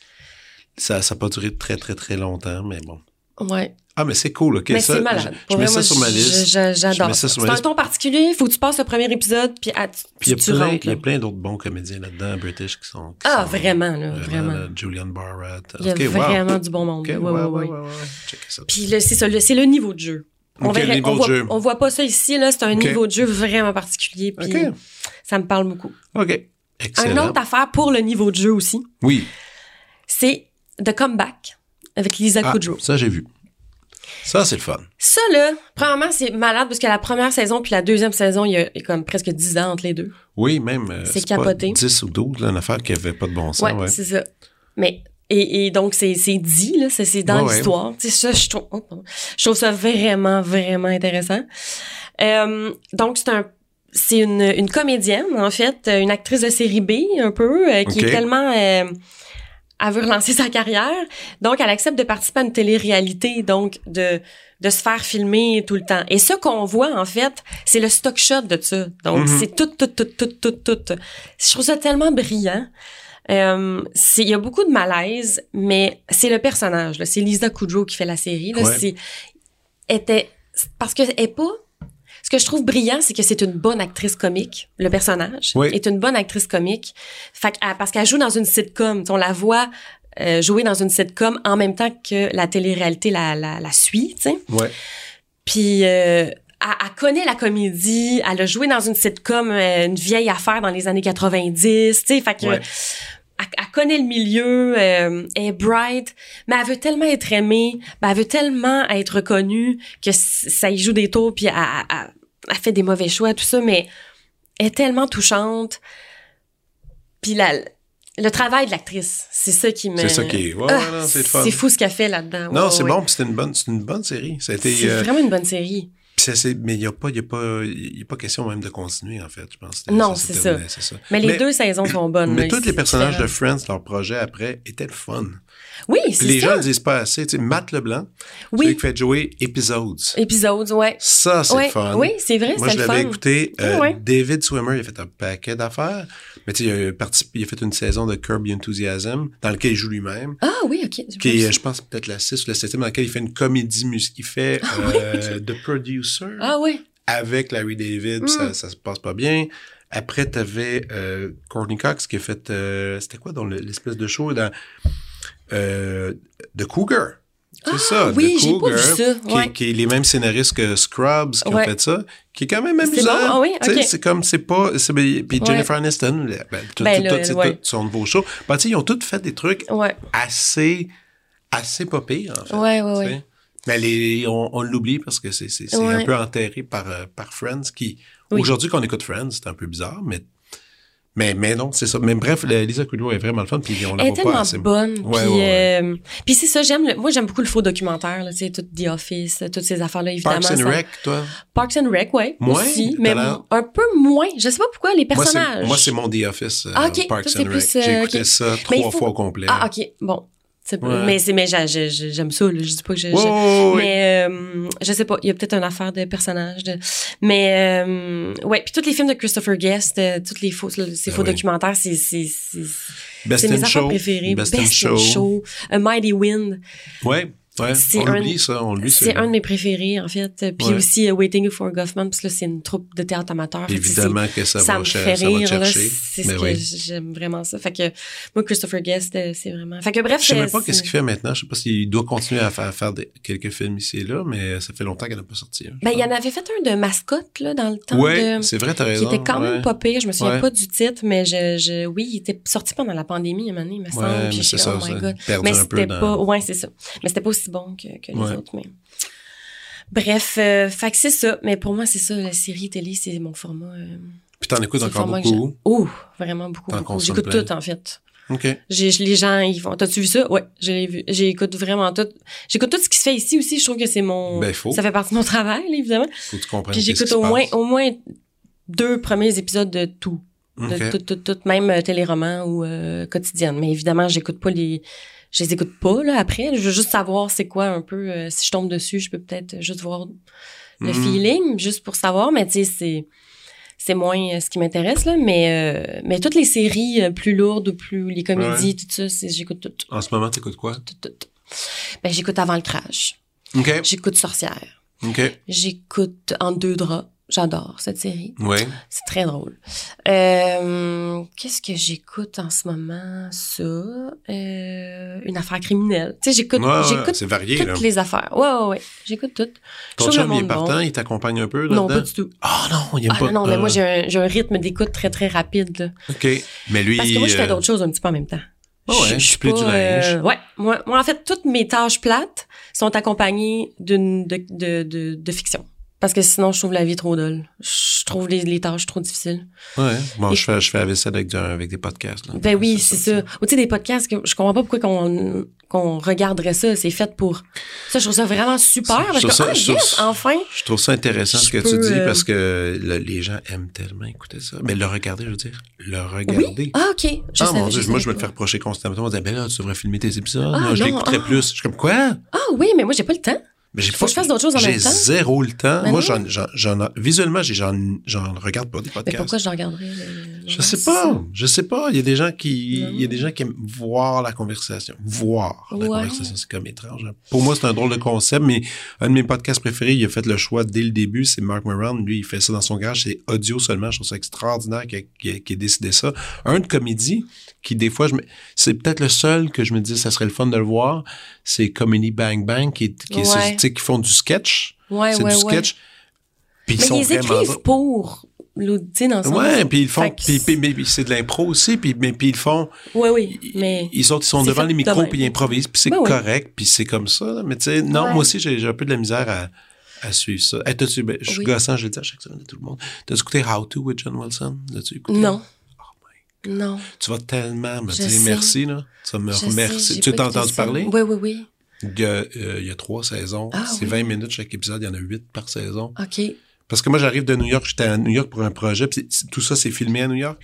Ça n'a pas duré très, très, très longtemps, mais bon. Ouais. Ah, mais c'est cool, OK. Mais ça, c'est malade. Je, je mets ça sur ma liste. Je, je, j'adore. Je mets ça sur ma C'est un liste. ton particulier. Faut que tu passes le premier épisode, puis ah, tu, Puis il y a tu plein, rentres. il y a Là. plein d'autres bons comédiens là-dedans, British, qui sont... Qui Ah, sont vraiment, là, vraiment. là, Julian Barrett. Il y a Okay, vraiment wow. du bon monde. OK, ouais, ouais, ouais, ouais, ouais. ouais, ouais. Checkez ça. Puis là, c'est ça, là, c'est le niveau de jeu. On, OK, le verrait, niveau on, de voit, jeu. on voit pas ça ici, là. C'est un OK. niveau de jeu vraiment particulier. Puis OK. ça me parle beaucoup. OK. Excellent. Une autre affaire pour le niveau de jeu aussi, Oui. c'est The Comeback avec Lisa Ah, Kudrow. ça, j'ai vu. Ça, c'est le fun. Ça, là, premièrement, c'est malade parce que la première saison puis la deuxième saison, il y a comme presque dix ans entre les deux. Oui, même. euh, C'est pas capoté. dix ou douze, là, une affaire qui avait pas de bon sens. Ouais, Ouais, c'est ça. Mais, et, et donc, c'est, c'est dit, là, c'est, c'est dans Ouais, l'histoire. Tu sais, ça, je trouve, oh, pardon. je trouve ça vraiment, vraiment intéressant. Euh, donc, c'est un, c'est une, une comédienne, en fait, une actrice de série B, un peu, euh, qui OK. est tellement, euh, elle veut relancer sa carrière. Donc, elle accepte de participer à une télé-réalité, donc, de, de se faire filmer tout le temps. Et ce qu'on voit, en fait, c'est le stock shot de ça. Donc, Mhm. c'est tout, tout, tout, tout, tout, tout. Je trouve ça tellement brillant. Euh, c'est, il y a beaucoup de malaise, mais c'est le personnage, là. C'est Lisa Kudrow qui fait la série, là. Ouais. C'est, était, parce que elle est pas, ce que je trouve brillant, c'est que c'est une bonne actrice comique. Le personnage Oui. est une bonne actrice comique. Fait que, parce qu'elle joue dans une sitcom. On la voit euh, jouer dans une sitcom en même temps que la télé-réalité la, la, la suit, tu sais. Ouais. Puis, euh, elle, elle connaît la comédie. Elle a joué dans une sitcom, euh, une vieille affaire dans les années quatre-vingt-dix, tu sais. Fait que... Ouais. Elle, elle connaît le milieu, euh, elle est bright, mais elle veut tellement être aimée, ben elle veut tellement être reconnue que c- ça y joue des tours, puis elle, elle, elle fait des mauvais choix, tout ça, mais elle est tellement touchante. Puis la, le travail de l'actrice, c'est ça qui me... C'est ça qui est. Ouais, Ah, ouais, non, c'est le fun. c'est fou ce qu'elle fait là-dedans. Non, Ouais, c'est ouais. bon, puis c'était une bonne, c'est une bonne série. Ça a été, C'est euh, vraiment une bonne série. puis ça, c'est, mais il n'y a pas, il y a pas, il y a pas question même de continuer, en fait, je pense. C'était- Non, s'est c'est terminé, ça. c'est ça. Mais les deux saisons sont bonnes. Mais là, tous c'est les personnages de différent. Friends, leur projet après, étaient le fun. Oui, Puis c'est les ça. gens ne le disent pas assez. Tu sais, Matt Leblanc, Oui. celui qui fait jouer Episodes. Épisodes, ouais. Ça, c'est Ouais. le fun. Oui, c'est vrai, Moi, c'est je le l'avais fun. écouté. Euh, Ah ouais. David Swimmer, il a fait un paquet d'affaires. Mais tu sais, il a participé, il a fait une saison de Curb Your Enthusiasm, dans laquelle il joue lui-même. Ah oui, OK. j'ai Qui pas vu est, ça. je pense, peut-être la six ou la septième, dans laquelle il fait une comédie musicale. Il fait euh, The Producer Ah oui. avec Larry David, puis Mm. ça, ça se passe pas bien. Après, t'avais euh, Courtney Cox qui a fait... euh, c'était quoi dans le- l'espèce de show dans euh, The Cougar? C'est Ah, ça, oui, The j'ai pas Cougar, vu ça, qui, ouais. qui est les mêmes scénaristes que Scrubs qui Ouais. ont fait ça, qui est quand même C'est amusant. bon? Ah oui, Tu sais, ok. c'est comme, c'est pas... c'est- puis Jennifer Aniston, ben, tout, Ben, tout, le- tout, c'est ouais. tout son nouveau show. Ben, tu sais, ils ont tous fait des trucs Ouais. assez, assez pas pires, en fait. Ouais, ouais, tu ouais. sais. Mais les, on, on l'oublie parce que c'est, c'est, c'est Ouais. un peu enterré par, euh, par Friends qui, Oui. aujourd'hui, qu'on écoute Friends, c'est un peu bizarre, mais, mais, mais non, c'est ça. Mais bref, la- Lisa Kudrow est vraiment le fun, puis on la Elle est voit pas tellement assez. bonne. Ouais, puis, ouais, ouais. euh, puis c'est ça, j'aime. Le, moi, j'aime beaucoup le faux documentaire, là, tu sais, tout The Office, toutes ces affaires-là, évidemment. Parks and ça- Rec, toi? Parks and Rec, ouais. Moins, aussi, t'as mais l'air- un peu moins. Je sais pas pourquoi, les Moi, personnages. c'est, moi, c'est mon The Office, euh, Ah, ok. Parks Toi, c'est and Rec. plus, euh, J'ai écouté ok. ça Mais il trois faut- fois au complet. Ah, OK. Bon. C'est pas- Ouais. Mais, c'est, mais j'a- j'a- j'a- j'aime ça, là. Je dis pas que je. Ouais, je- ouais, ouais. Mais euh, je sais pas, il y a peut-être une affaire de personnage. De... Mais euh, ouais, puis tous les films de Christopher Guest, euh, tous les faux, là, ces Ben faux oui. documentaires, c'est c'est c'est, Best c'est in mes affaires Show. préférées. Best Best, in in Show. Show, A Mighty Wind, Ouais, ouais. C'est On un- l'oublie, ça. On l'oublie, c'est un de mes préférés en fait. Puis Ouais. aussi uh, Waiting for Goffman, parce que là c'est une troupe de théâtre amateur. Fait que c'est- Évidemment que ça, ça va, me cher- fait ça va rire, te là. chercher. C'est ce Mais que oui. j'aime vraiment ça. Fait que moi, Christopher Guest, euh, c'est vraiment. Fait que bref, Je sais même c'est- pas qu'est-ce c'est- qu'il fait maintenant. Je sais pas s'il doit continuer à faire, à faire des- quelques films ici et là, mais ça fait longtemps qu'il n'a pas sorti. hein, je Ben, il y en pense. avait fait un de mascotte, là, dans le temps. Ouais, de... c'est vrai, t'as Qui raison. était quand même ouais. pas pire. Je me souviens Ouais. pas du titre, mais je, je, oui, il était sorti pendant la pandémie, à un moment donné, il me semble. Ouais, Puis mais je c'est suis ça, là, oh my ça, God. perdu Mais un peu c'était dans- pas, ouais, c'est ça. Mais c'était pas aussi bon que, que les Ouais. autres, mais. Bref, euh, fait que c'est ça. Mais pour moi, c'est ça, la série télé, c'est mon format. euh, Puis t'en écoutes C'est encore le format beaucoup? que Oh, vraiment beaucoup, T'en beaucoup. consommes J'écoute plein? tout, en fait. OK. J'ai, les gens, ils font, t'as-tu vu ça? Ouais, je l'ai vu. J'écoute vraiment tout. J'écoute tout ce qui se fait ici aussi. Je trouve que c'est mon, Ben, faut. ça fait partie de mon travail, là, évidemment. Faut que tu comprennes Puis qu'est-ce j'écoute qui au se moins, passe. au moins deux premiers épisodes de tout. De OK. tout, tout, tout, même euh, téléroman ou euh, quotidienne. Mais évidemment, j'écoute pas les, je les écoute pas, là, après. Je veux juste savoir c'est quoi un peu, euh, si je tombe dessus, je peux peut-être juste voir le Mm. feeling, juste pour savoir, mais tu sais, c'est, c'est moins euh, ce qui m'intéresse, là, mais, euh, mais toutes les séries euh, plus lourdes ou plus, les comédies, Ouais. tout ça, c'est, j'écoute tout, tout, En ce moment, t'écoutes quoi? tout, tout. Ben, j'écoute Avant le crash. OK. J'écoute Sorcière. OK. J'écoute En deux draps. J'adore cette série. Oui. C'est très drôle. Euh, qu'est-ce que j'écoute en ce moment? Ça. Euh, une affaire criminelle. Tu sais, j'écoute, Ouais, ouais, j'écoute c'est varié, toutes là. les affaires. Ouais, ouais, ouais. J'écoute toutes. Je Ton trouve le chum, il est monde partant, bon. il t'accompagne un peu là-dedans? Non, pas du tout. Ah non, il aime Ah, pas. non, non, mais euh, moi, j'ai un, j'ai un rythme d'écoute très, très rapide, là. OK. Mais lui... Parce que moi, je fais euh, d'autres choses un petit peu en même temps. Ah ouais, Je- je tu suis plies pas, du linge. euh, ouais. Moi, moi, en fait, toutes mes tâches plates sont accompagnées d'une, de, de, de, de fiction. Parce que sinon, je trouve la vie trop dull. Je trouve les, les tâches trop difficiles. Ouais. Bon, Et- je fais, je fais la vaisselle avec, du- avec des podcasts, là. Ben oui, c'est ça. Ou tu sais, des podcasts, que je comprends pas pourquoi qu'on, qu'on regarderait ça. C'est fait pour... Ça, je trouve ça vraiment super. Je Parce trouve que, ça- ah, je trouve yes, ça- enfin! Je trouve ça intéressant ce Je que peux, tu dis euh, parce que le- les gens aiment tellement écouter ça. Mais le regarder, je veux dire, le regarder. Oui? Ah, OK. Je ah savais- mon Dieu, je moi savais je me le pas. fais reprocher constamment. On me dit, ben là, tu devrais filmer tes épisodes. Ah, Moi, je non, l'écouterais ah. plus. Je suis comme, quoi? Ah oui, mais moi, j'ai pas le temps. Mais j'ai Faut que je fasse d'autres choses en j'ai même temps. zéro le temps. Ben moi, non. j'en, j'en, j'en, visuellement, j'ai, j'en, j'en regarde pas des Mais podcasts. pourquoi je le regarderais? le- Je le- sais c'est pas. ça. Je sais pas. Il y a des gens qui, Non. il y a des gens qui aiment voir la conversation. Voir la Ouais. conversation. C'est comme étrange. hein. Pour moi, c'est un drôle de concept, mais un de mes podcasts préférés, il a fait le choix dès le début. C'est Mark Moran. Lui, il fait ça dans son garage. C'est audio seulement. Je trouve ça extraordinaire qu'il ait, qu'il ait décidé ça. Un de comédie qui, des fois, je me, c'est peut-être le seul que je me dis, ça serait le fun de le voir. C'est Comedy Bang Bang qui, est- qui, est- Ouais. tu sais, qui font du sketch. Ouais, c'est ouais, du ouais. sketch. Puis ils Mais sont ils vraiment écrivent drôles. pour l'audition dans le sens. Ouais, puis ils font, Fait que puis, puis- mais c'est de l'impro aussi, puis mais puis ils font, Oui, oui, mais... ils autres ils sont c'est devant fait les de micros même. puis ils improvisent, puis c'est Ben oui. correct, puis c'est comme ça. là. Mais tu sais, non, Ouais. moi aussi j'ai, j'ai un peu de la misère à, à suivre ça. Hey, t'as-tu, ben, je suis Oui. gossant, je le dis à chaque semaine à tout le monde. T'as-tu écouté How To with John Wilson? L'as-tu écouté? Non. Oh Non. Tu vas tellement me Je dire sais. merci là. Tu vas me Je sais, remercier. j'ai Tu pas t'as écouté entendu ça. parler? Oui, oui, oui. Il y a, euh, il y a trois saisons. Ah, c'est oui. vingt minutes chaque épisode. Il y en a huit par saison. OK. Parce que moi, j'arrive de New York, j'étais à New York pour un projet, puis c'est- tout ça, c'est filmé à New York.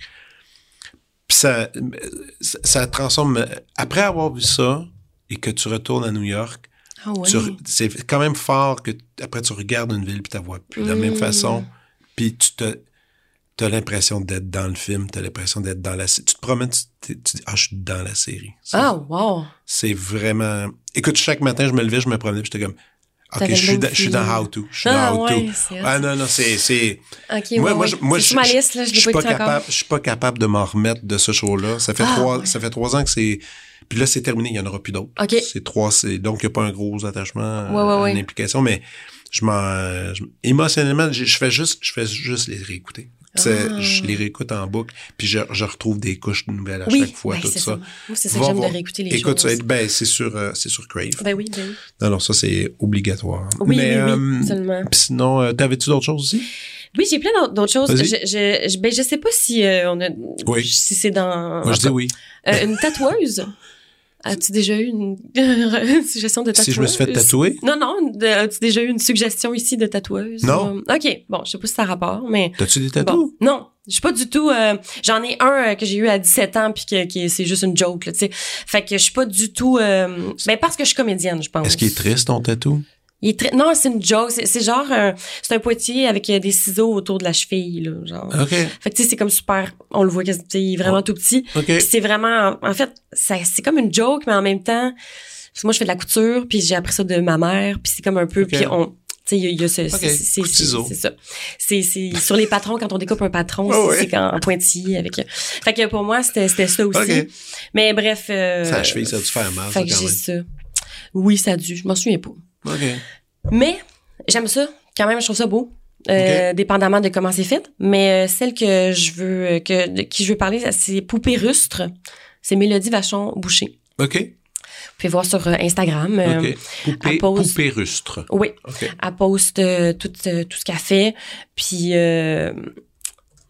Puis ça, ça, ça transforme... Après avoir vu ça, et que tu retournes à New York, Ah oui. tu re- c'est quand même fort que t- après tu regardes une ville, puis tu la vois plus de la même Mm. façon, puis tu te... T'as l'impression d'être dans le film, t'as l'impression d'être dans la série. Tu te promènes, tu, t'es- tu dis, ah, je suis dans la série. C'est, Ah, wow. c'est vraiment... Écoute, chaque matin, je me levais, je me promenais, puis j'étais comme, OK, T'avais je le suis, même dans, je suis dans feeling. How To. Je suis Ah, dans How To. ouais, c'est Ah hot. non, non, c'est... c'est OK, moi, ouais, moi, ouais. je, moi, c'est je, sur ma je- liste, là, je je l'ai suis pas pas écouté capable, encore. je suis pas capable de m'en remettre de ce show-là. Ça fait Ah, trois, ouais. ça fait trois ans que c'est, puis là, c'est terminé, il y en aura plus d'autres. OK. C'est trois, c'est, donc il n'y a pas un gros attachement, Ouais, ouais, euh, ouais. une implication, mais je m'en, je- émotionnellement, je, je fais juste, je fais juste les réécouter. C'est- Ah. Je les réécoute en boucle, puis je, je retrouve des couches nouvelles à Oui, chaque fois, ben, tout c'est ça. ça. Moi, c'est ça Va que j'aime voir. de réécouter les Écoute, choses. ça, ben, c'est sur, euh, c'est sur Crave. Ben oui, ben oui. Non, non, ça, c'est obligatoire. Oui, mais, oui, oui, euh, absolument. pis sinon, euh, t'avais-tu d'autres choses aussi? Oui, j'ai plein d'autres- d'autres choses. Vas-y. Je, je, je, ben, je sais pas si euh, on a, Oui. si c'est dans, Moi, je dis oui. Euh, une tatoueuse. As-tu déjà eu une, une suggestion de tatoueuse? Si je me suis fait tatouer? Non, non. de- As-tu déjà eu une suggestion ici de tatoueuse? Non. Euh, OK. Bon, je sais pas si ça a rapport, mais... T'as-tu des tatous? Bon, non. Je suis pas du tout... euh, j'en ai un euh, que j'ai eu à dix-sept ans puis que, que c'est juste une joke, là, tu sais. Fait que je suis pas du tout... Euh, ben, parce que je suis comédienne, je pense. Est-ce qu'il est triste, ton tatou? Il est très... Non, c'est une joke. C'est, c'est genre... un- c'est un poitier avec euh, des ciseaux autour de la cheville, là, genre. OK. Fait que, tu sais, c'est comme super... On le voit, quasi- tu sais, il est vraiment Ouais. tout petit. OK. Puis c'est vraiment... En fait, ça, c'est comme une joke, mais en même temps... Parce que moi, je fais de la couture, puis j'ai appris ça de ma mère, puis c'est comme un peu... OK. Puis on... Tu sais, il y a, il y a ce... OK. c'est, c'est, Coup de c'est, ciseau. c'est ça. C'est, c'est sur les patrons, quand on découpe un patron, Ah c'est, ouais. c'est quand, en pointillé avec... Fait que pour moi, c'était, c'était ça aussi. OK. Mais bref... Euh, Ça a cheville, ça a dû faire mal, Fait ça, que quand j'ai même. ça. Oui, ça a dû. Je m'en souviens pas. OK. Mais j'aime ça. Quand même, je trouve ça beau. Euh, Ok. Dépendamment de comment c'est fait. Mais euh, celle que je veux, que, de qui je veux parler, c'est Poupée rustre. C'est Mélodie Vachon-Boucher. OK. Vous pouvez voir sur euh, Instagram. Euh, OK. Poupée, elle pose- poupée rustre. Oui. OK. Elle poste euh, tout, euh, tout ce qu'elle fait. Puis, euh,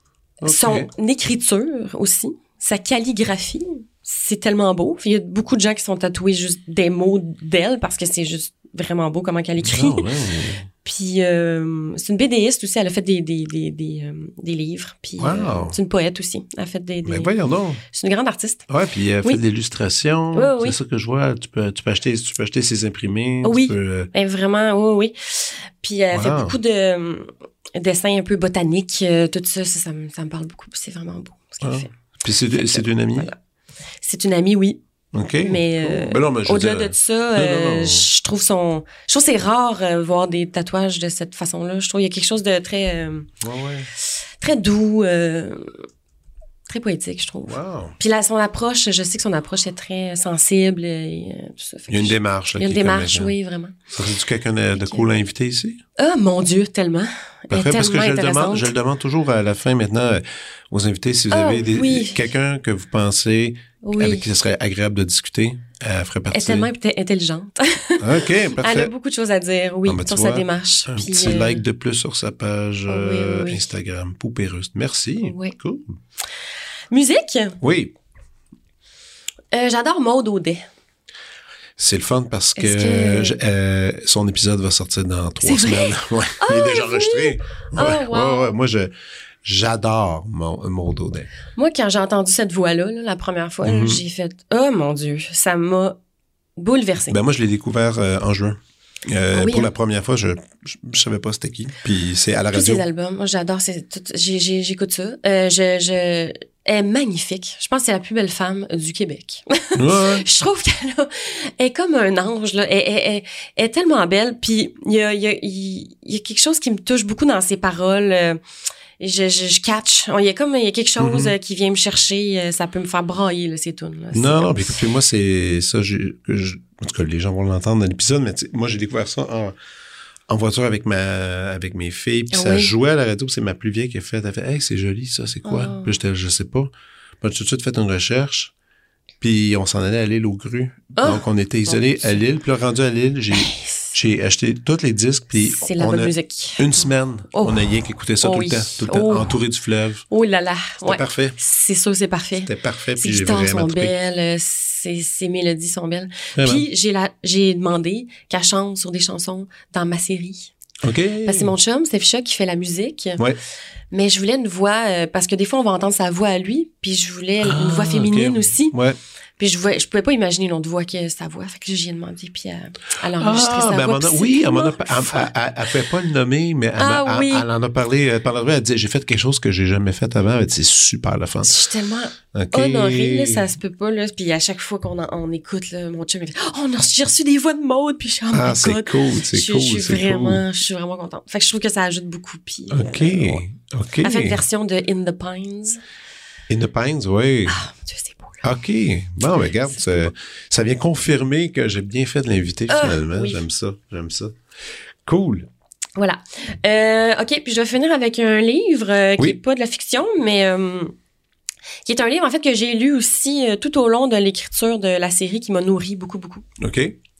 Okay. Son écriture aussi, sa calligraphie, c'est tellement beau. Il y a beaucoup de gens qui sont tatoués juste des mots d'elle parce que c'est juste vraiment beau comment qu'elle écrit. Oh, ouais. Puis euh, c'est une BDiste aussi, elle a fait des des des des, euh, des livres. Puis Wow. euh, c'est une poète aussi, elle a fait des, des... Mais voyons donc. C'est une grande artiste. Ouais, puis elle Oui. fait de l'illustration. Oui, oui. C'est ça que je vois. Tu peux, tu peux acheter, tu peux acheter ses imprimés. Oui. Tu peux, euh, Elle, vraiment, oui, oui. Puis elle Wow. fait beaucoup de euh, dessins un peu botaniques, euh, tout ça, ça, ça, me, ça me parle beaucoup. C'est vraiment beau ce qu'elle Ah. fait. Puis c'est, c'est une amie. Voilà. C'est une amie, oui. OK. Mais euh, Ben non, mais je veux au-delà dire- de ça, non, euh, non. je trouve son, je trouve que c'est rare euh, voir des tatouages de cette façon-là. Je trouve qu'il y a quelque chose de très, euh, Ouais, ouais. très doux, euh, très poétique, je trouve. Wow. Puis là, son approche, je sais que son approche est très sensible et euh, tout ça. Fait Il y a que une je- démarche. Là, Il y a une qui est démarche, comme- oui, vraiment. Ça serait-tu quelqu'un de, de Fait que- cool à inviter ici? Ah, mon Dieu, tellement. Elle est Parfait, parce que tellement je le, demande, intéressante. je le demande toujours à la fin maintenant euh, aux invités si vous Ah, avez des, oui. quelqu'un que vous pensez Oui. avec qui ce serait agréable de discuter, elle ferait Elle partie. est tellement inte- intelligente. OK, Elle a parfait. beaucoup de choses à dire, oui, Ah, ben, tu sur vois, sa démarche. Un Puis, petit euh, like de plus sur sa page oui, euh, oui, oui. Instagram, Poupée Russe. Merci. Oui. Cool. Musique, Oui, euh, j'adore Maude Audet. c'est le fun parce que, Est-ce que- je- euh, son épisode va sortir dans trois C'est vrai? semaines. Ouais, il est déjà enregistré. Ah, Ouais, wow. ouais, ouais. Moi, je, j'adore mon, mon Daudet. Moi, quand j'ai entendu cette voix-là, là, la première fois, là, Mhm. j'ai fait « Oh mon Dieu! » Ça m'a bouleversée. Ben, moi, je l'ai découvert euh, en juin. Euh, Ah oui, pour hein? la première fois, je, je, je savais pas c'était qui. Puis c'est à la Tous radio. ces albums, moi, j'adore. c'est tout- j'ai- j'ai- J'écoute ça. Euh, je, je, elle est magnifique. Je pense que c'est la plus belle femme du Québec. Ouais. Je trouve qu'elle a- elle est comme un ange, là. Elle, elle- elle- elle est tellement belle. Puis, il y a, il y, a, il y a quelque chose qui me touche beaucoup dans ses paroles. Euh, Je, je, je catch. Il y a comme, il y a quelque chose Mhm. euh, qui vient me chercher. euh, Ça peut me faire brailler, là, ces tunes, là. C'est Non, comme- non, puis, puis moi, c'est ça, j'ai- que je, en tout cas, les gens vont l'entendre dans l'épisode, mais tu sais, moi, j'ai découvert ça en, en voiture avec ma, avec mes filles, puis Ah ça oui? jouait à la radio, puis c'est ma plus vieille qui a fait, elle a fait, hey, c'est joli, ça, c'est quoi? Ah. Puis j'étais, je sais pas. Puis j'ai tout de suite fait une recherche, puis on s'en allait à l'île aux grues. Ah. Donc, on était isolés Bon, à l'île, puis là, rendu à l'île, j'ai, j'ai acheté tous les disques, puis C'est la on bonne a, musique. une semaine, Oh. on a rien qu'écouté ça Oh tout oui. le temps, tout le temps, Oh. entouré du fleuve. Oh là là. C'était Ouais. parfait. C'est sûr, c'est parfait. C'était parfait, Ses puis j'ai guitares vraiment sont trippé. belles, euh, ses, ses mélodies sont belles. Vraiment. Puis j'ai la, j'ai demandé qu'elle chante sur des chansons dans ma série. OK. Parce que c'est mon chum, Steph Shaw, qui fait la musique. Ouais. Mais je voulais une voix, euh, parce que des fois, on va entendre sa voix à lui, puis je voulais une Ah, voix féminine ok. aussi. Ouais. Puis je voulais, je pouvais pas imaginer une autre voix que sa voix. Fait que là, j'y ai demandé, puis elle, elle a enregistré Ah, sa ben, elle voix. m'en a- puis oui, c'est elle m'en a, tellement elle, fun. elle, elle, elle pouvait pas le nommer, mais elle, Ah m'a- elle- oui. elle en a parlé, elle parle elle dit, j'ai fait quelque chose que j'ai jamais fait avant, elle dit, c'est super le fun. Je suis tellement OK. honorée, là, ça se peut pas, là. Puis à chaque fois qu'on en- on écoute, là, mon chum, il fait « Oh, on a- j'ai reçu des voix de mode! » Puis je suis « Oh Ah, my c'est God! cool, c'est Je, cool, je suis c'est vraiment, je suis vraiment contente. Fait que je trouve que ça ajoute beaucoup. Puis, cool. OK, euh, ouais. OK. Elle fait une version de In the Pines. In the Pines, oui. Ah, mon Dieu, c'est beau, là. OK. Bon, ben, regarde, ça, ça vient confirmer que j'ai bien fait de l'inviter, Ah, finalement. oui. J'aime ça, j'aime ça. Cool. Voilà. Euh, OK, puis je vais finir avec un livre euh, qui Oui. est pas de la fiction, mais euh, qui est un livre, en fait, que j'ai lu aussi euh, tout au long de l'écriture de la série qui m'a nourri beaucoup, beaucoup, OK.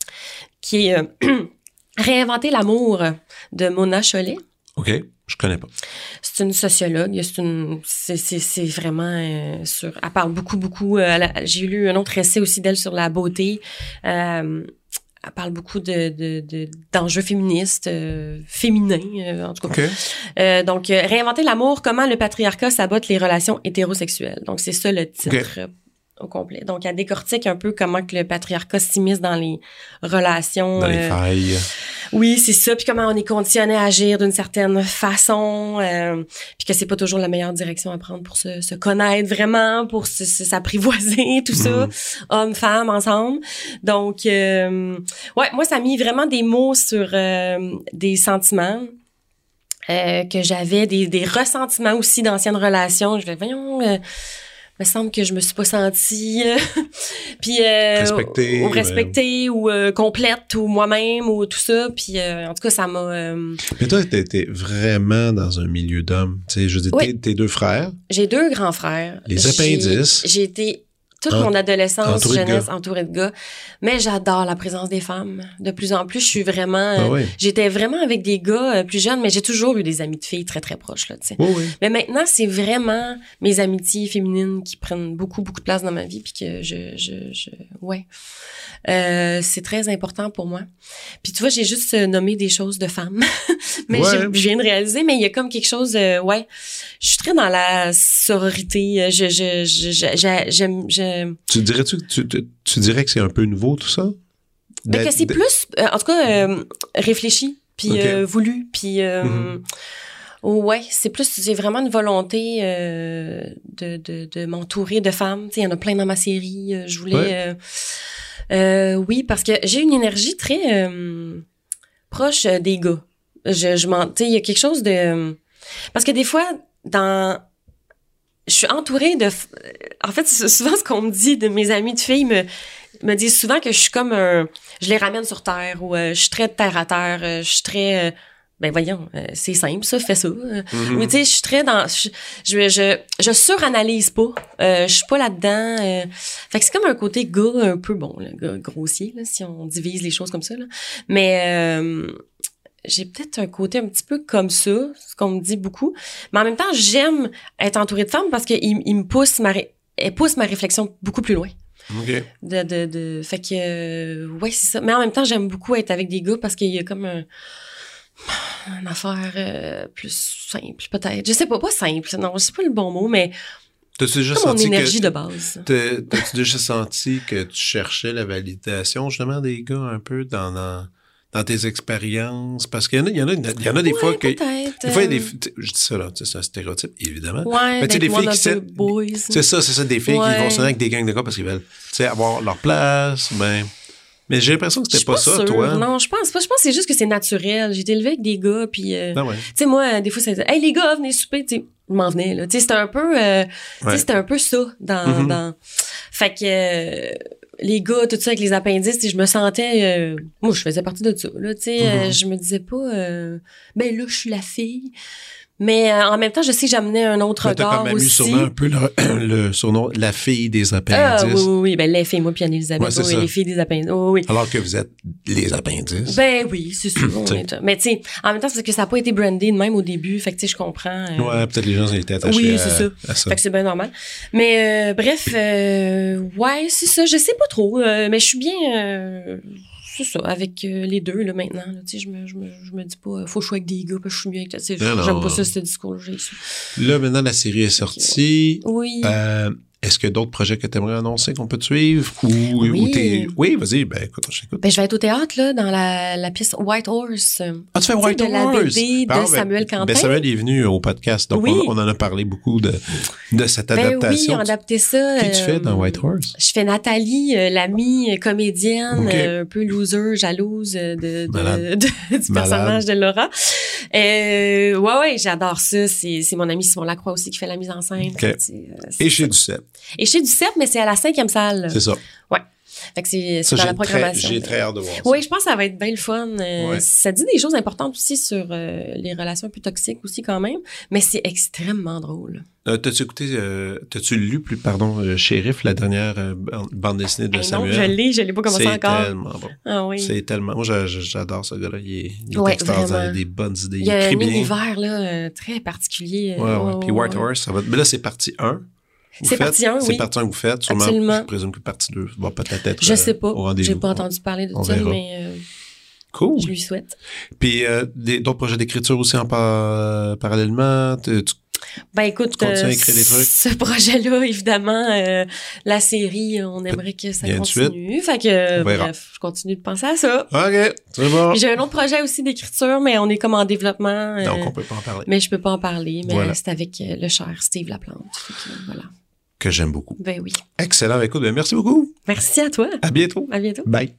qui est euh, Réinventer l'amour de Mona Chollet. OK. Je connais pas. C'est une sociologue. C'est une, c'est, c'est, c'est vraiment euh, sur. Elle parle beaucoup, beaucoup. euh, elle a- j'ai lu un autre essai aussi d'elle sur la beauté. Euh, elle parle beaucoup de, de, de d'enjeux féministes, euh, féminins, euh, en tout cas. OK. Euh, donc, euh, réinventer l'amour, comment le patriarcat sabote les relations hétérosexuelles. Donc, c'est ça le titre. OK. euh, au complet. Donc, elle décortique un peu comment que le patriarcat s'immisce dans les relations. Dans les euh, failles. oui, c'est ça. Puis comment on est conditionné à agir d'une certaine façon. Euh, puis que c'est pas toujours la meilleure direction à prendre pour se, se connaître vraiment, pour se, se- s'apprivoiser, tout ça. Mhm. Hommes, femmes, ensemble. Donc, euh, ouais, moi, ça a mis vraiment des mots sur euh, des sentiments. Euh, que j'avais, des, des ressentiments aussi d'anciennes relations. Je vais, voyons, euh, me semble que je me suis pas sentie euh, puis euh, Respectée, ou, ou respectée ou euh, complète ou moi-même ou tout ça. Puis euh, en tout cas, ça m'a... euh, Mais toi, t'étais vraiment dans un milieu d'hommes. Tu sais, je veux dire, Oui. tes, tes deux frères. j'ai deux grands frères. Les J'ai- appendices. J'ai été toute en, mon adolescence, entouré jeunesse, de gars. entourée de gars. Mais j'adore la présence des femmes. De plus en plus, je suis vraiment... Ah ouais. euh, j'étais vraiment avec des gars euh, plus jeunes, mais j'ai toujours eu des amis de filles très, très proches, là, tu sais. Oui, oui. Mais maintenant, c'est vraiment mes amitiés féminines qui prennent beaucoup, beaucoup de place dans ma vie, puis que je... je, je ouais. Euh, c'est très important pour moi. Puis tu vois, j'ai juste euh, nommé des choses de femmes. mais Ouais. je, je viens de réaliser, mais il y a comme quelque chose... Euh, ouais, je suis très dans la sororité. Je, je, je, je, je- j'aime... Je, Tu dirais-tu que tu, tu, tu dirais que c'est un peu nouveau, tout ça? Ben, D'être- que c'est plus, euh, en tout cas, euh, réfléchi, puis Ok. euh, voulu, puis euh, Mhm. ouais, c'est plus, c'est vraiment une volonté euh, de, de, de m'entourer de femmes. Tu sais, il y en a plein dans ma série. euh, Je voulais, Ouais. euh, euh, oui, parce que j'ai une énergie très euh, proche euh, des gars. Je, je m'en, tu sais, il y a quelque chose de, parce que des fois, dans je suis entourée de... f- En fait, c'est souvent ce qu'on me dit de mes amis de filles me, me disent souvent que je suis comme un... Je les ramène sur terre ou euh, je suis très terre à terre. euh, je suis très... euh, ben voyons, euh, c'est simple, ça, fais ça. euh. Mhm. Oui, tu sais, je suis très dans... Je, je, je, je suranalyse pas. Euh, je suis pas là-dedans. euh. Fait que c'est comme un côté gars un peu, bon, là, gars grossier, là, si on divise les choses comme ça. Là. Mais... euh, j'ai peut-être un côté un petit peu comme ça, ce qu'on me dit beaucoup. Mais en même temps, j'aime être entourée de femmes parce qu'ils ils me poussent ma, ré- elles poussent ma réflexion beaucoup plus loin. OK. De, de, de, fait que, euh, ouais, c'est ça. Mais en même temps, j'aime beaucoup être avec des gars parce qu'il y a comme un, une affaire euh, plus simple, peut-être. Je sais pas, pas simple, non, je sais pas le bon mot, mais T'as-tu déjà comme mon senti énergie que... de base. t'as- T'as-tu déjà senti que tu cherchais la validation, justement, des gars un peu dans... dans... dans tes expériences? Parce qu'il y en a, il y en a, il y en a des Ouais, fois que... peut-être. Des fois, il y a des... euh, tu sais, je dis ça, là, tu sais, c'est un stéréotype, évidemment. Ouais, Mais tu sais, des d'être filles one qui of the s'aiment- boys. C'est ça, c'est ça, des filles Ouais. qui vont sonner avec des gangs de gars parce qu'ils veulent, tu sais, avoir leur place, ben... Mais j'ai l'impression que Je c'était suis pas, ça, sûre. toi. Non, je pense pas. Je pense que c'est juste que c'est naturel. J'ai été élevée avec des gars, puis... euh, Ah ouais. tu sais, moi, des fois, ça disait, hey, les gars, venez souper, tu sais, je m'en venais, là. Tu sais, c'était un peu, euh, tu Ouais. sais, c'était un peu ça dans, Mhm. dans, fait que, euh, les gars, tout ça avec les appendices, tu sais, je me sentais, euh, moi, je faisais partie de ça, là, tu sais, euh, Mhm. je me disais pas, euh, ben là, je suis la fille. Mais euh, en même temps, je sais que j'amenais un autre Mais t'as regard comme même eu aussi. sûrement un peu le, le surnom « la fille des Ah, appendices oui, oui, oui, ben les filles, moi puis Anne-Elisabeth, Ouais, c'est oui, ça. les filles des appendices, oui, oui. alors que vous êtes les appendices. Ben oui, c'est sûr. on T'sais. est- Mais tu sais, en même temps, c'est parce que ça n'a pas été brandé de même au début. Fait que tu sais, je comprends. euh, Ouais, peut-être les gens ont été attachés Oui, à, c'est ça. à ça. Fait que c'est bien normal. Mais euh, bref, euh, ouais, c'est ça. Je sais pas trop, euh, mais je suis bien... euh, c'est ça, avec euh, les deux, là, maintenant. Là, tu sais, je me, je, me, je me dis pas, euh, faut que je sois avec des gars, parce que je suis mieux avec... tu sais, Non, J'aime non. pas ça, ce discours-là. j'ai su. Là, maintenant, la série est sortie. Oui. Euh, est-ce qu'il y a d'autres projets que tu aimerais annoncer qu'on peut te suivre? Ou, Oui. ou t'es... Oui, vas-y, ben écoute, je t'écoute. Ben, je vais être au théâtre, là, dans la, la pièce White Horse. Ah, tu fais White de la Horse? B D de Ah, ben, Samuel Quentin. Ben, Samuel est venu au podcast, donc Oui. on, on en a parlé beaucoup de, de cette Ben oui, adaptation. on a adapté ça. Qui tu euh, fais dans White Horse? Je fais Nathalie, euh, l'amie euh, comédienne, Ok. euh, un peu loser, jalouse euh, de, de, Malade. de- du Malade. personnage de Laura. Euh, ouais, ouais, j'adore ça. C'est, c'est mon ami Simon Lacroix aussi qui fait la mise en scène. Ok. Fait que c'est, euh, c'est Et chez ça. du Cep, Et chez du C E P, mais c'est à la cinquième salle. c'est ça. Fait que c'est, Ça, c'est dans j'ai la très, programmation. j'ai très hâte de voir ça. Oui, je pense que ça va être bien le fun. Euh, Ouais. Ça dit des choses importantes aussi sur euh, les relations un peu toxiques aussi quand même, mais c'est extrêmement drôle. Euh, t'as-tu écouté, euh, t'as-tu lu plus, pardon, euh, Shérif, la dernière euh, bande dessinée de Hey, non, Samuel? je l'ai, je l'ai pas commencé C'est encore. tellement bon. Ah oui. C'est tellement... Moi, j'a- j'a- j'adore ce gars-là. Il est, il est Ouais, extraordinaire. vraiment. Il a des bonnes idées. Il y a écrit un bien. univers là, euh, très particulier. Ouais, ouais. Puis White ouais. Horse, ça va... Mais là, c'est partie un. Vous C'est faites? partie un, C'est oui. partie un que vous faites. Sûrement, Absolument. je présume que partie deux va peut-être être Je euh, sais pas. au rendez-vous. J'ai pas entendu parler de On ça, verra. mais euh, Cool. je lui souhaite. Puis euh, des- d'autres projets d'écriture aussi en par- parallèlement. Tu, tu- Ben écoute, Tu continues à euh, écrire des trucs? ce projet-là, évidemment, euh, la série, on aimerait que ça Bien de continue. Fait que, On verra. bref, je continue de penser à ça. OK, c'est bon. Puis j'ai un autre projet aussi d'écriture, mais on est comme en développement. euh, Donc, on peut pas en parler. mais je peux pas en parler, mais Voilà. c'est avec euh, le cher Steve Laplante. Fait que, voilà. Que j'aime beaucoup. Ben oui. Excellent. Écoute, ben, merci beaucoup. Merci à toi. À bientôt. À bientôt. Bye.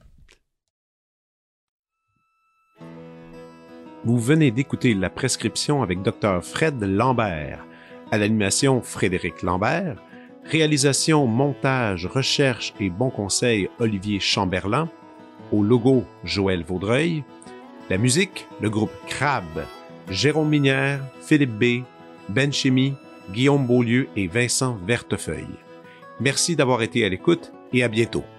Vous venez d'écouter La Prescription avec Dr Fred Lambert. À l'animation, Frédéric Lambert. Réalisation, montage, recherche et bons conseils, Olivier Chamberlain. Au logo, Joël Vaudreuil. La musique, le groupe Crabe. Jérôme Minière, Philippe B., Ben Chimie, Guillaume Beaulieu et Vincent Vertefeuille. Merci d'avoir été à l'écoute et à bientôt.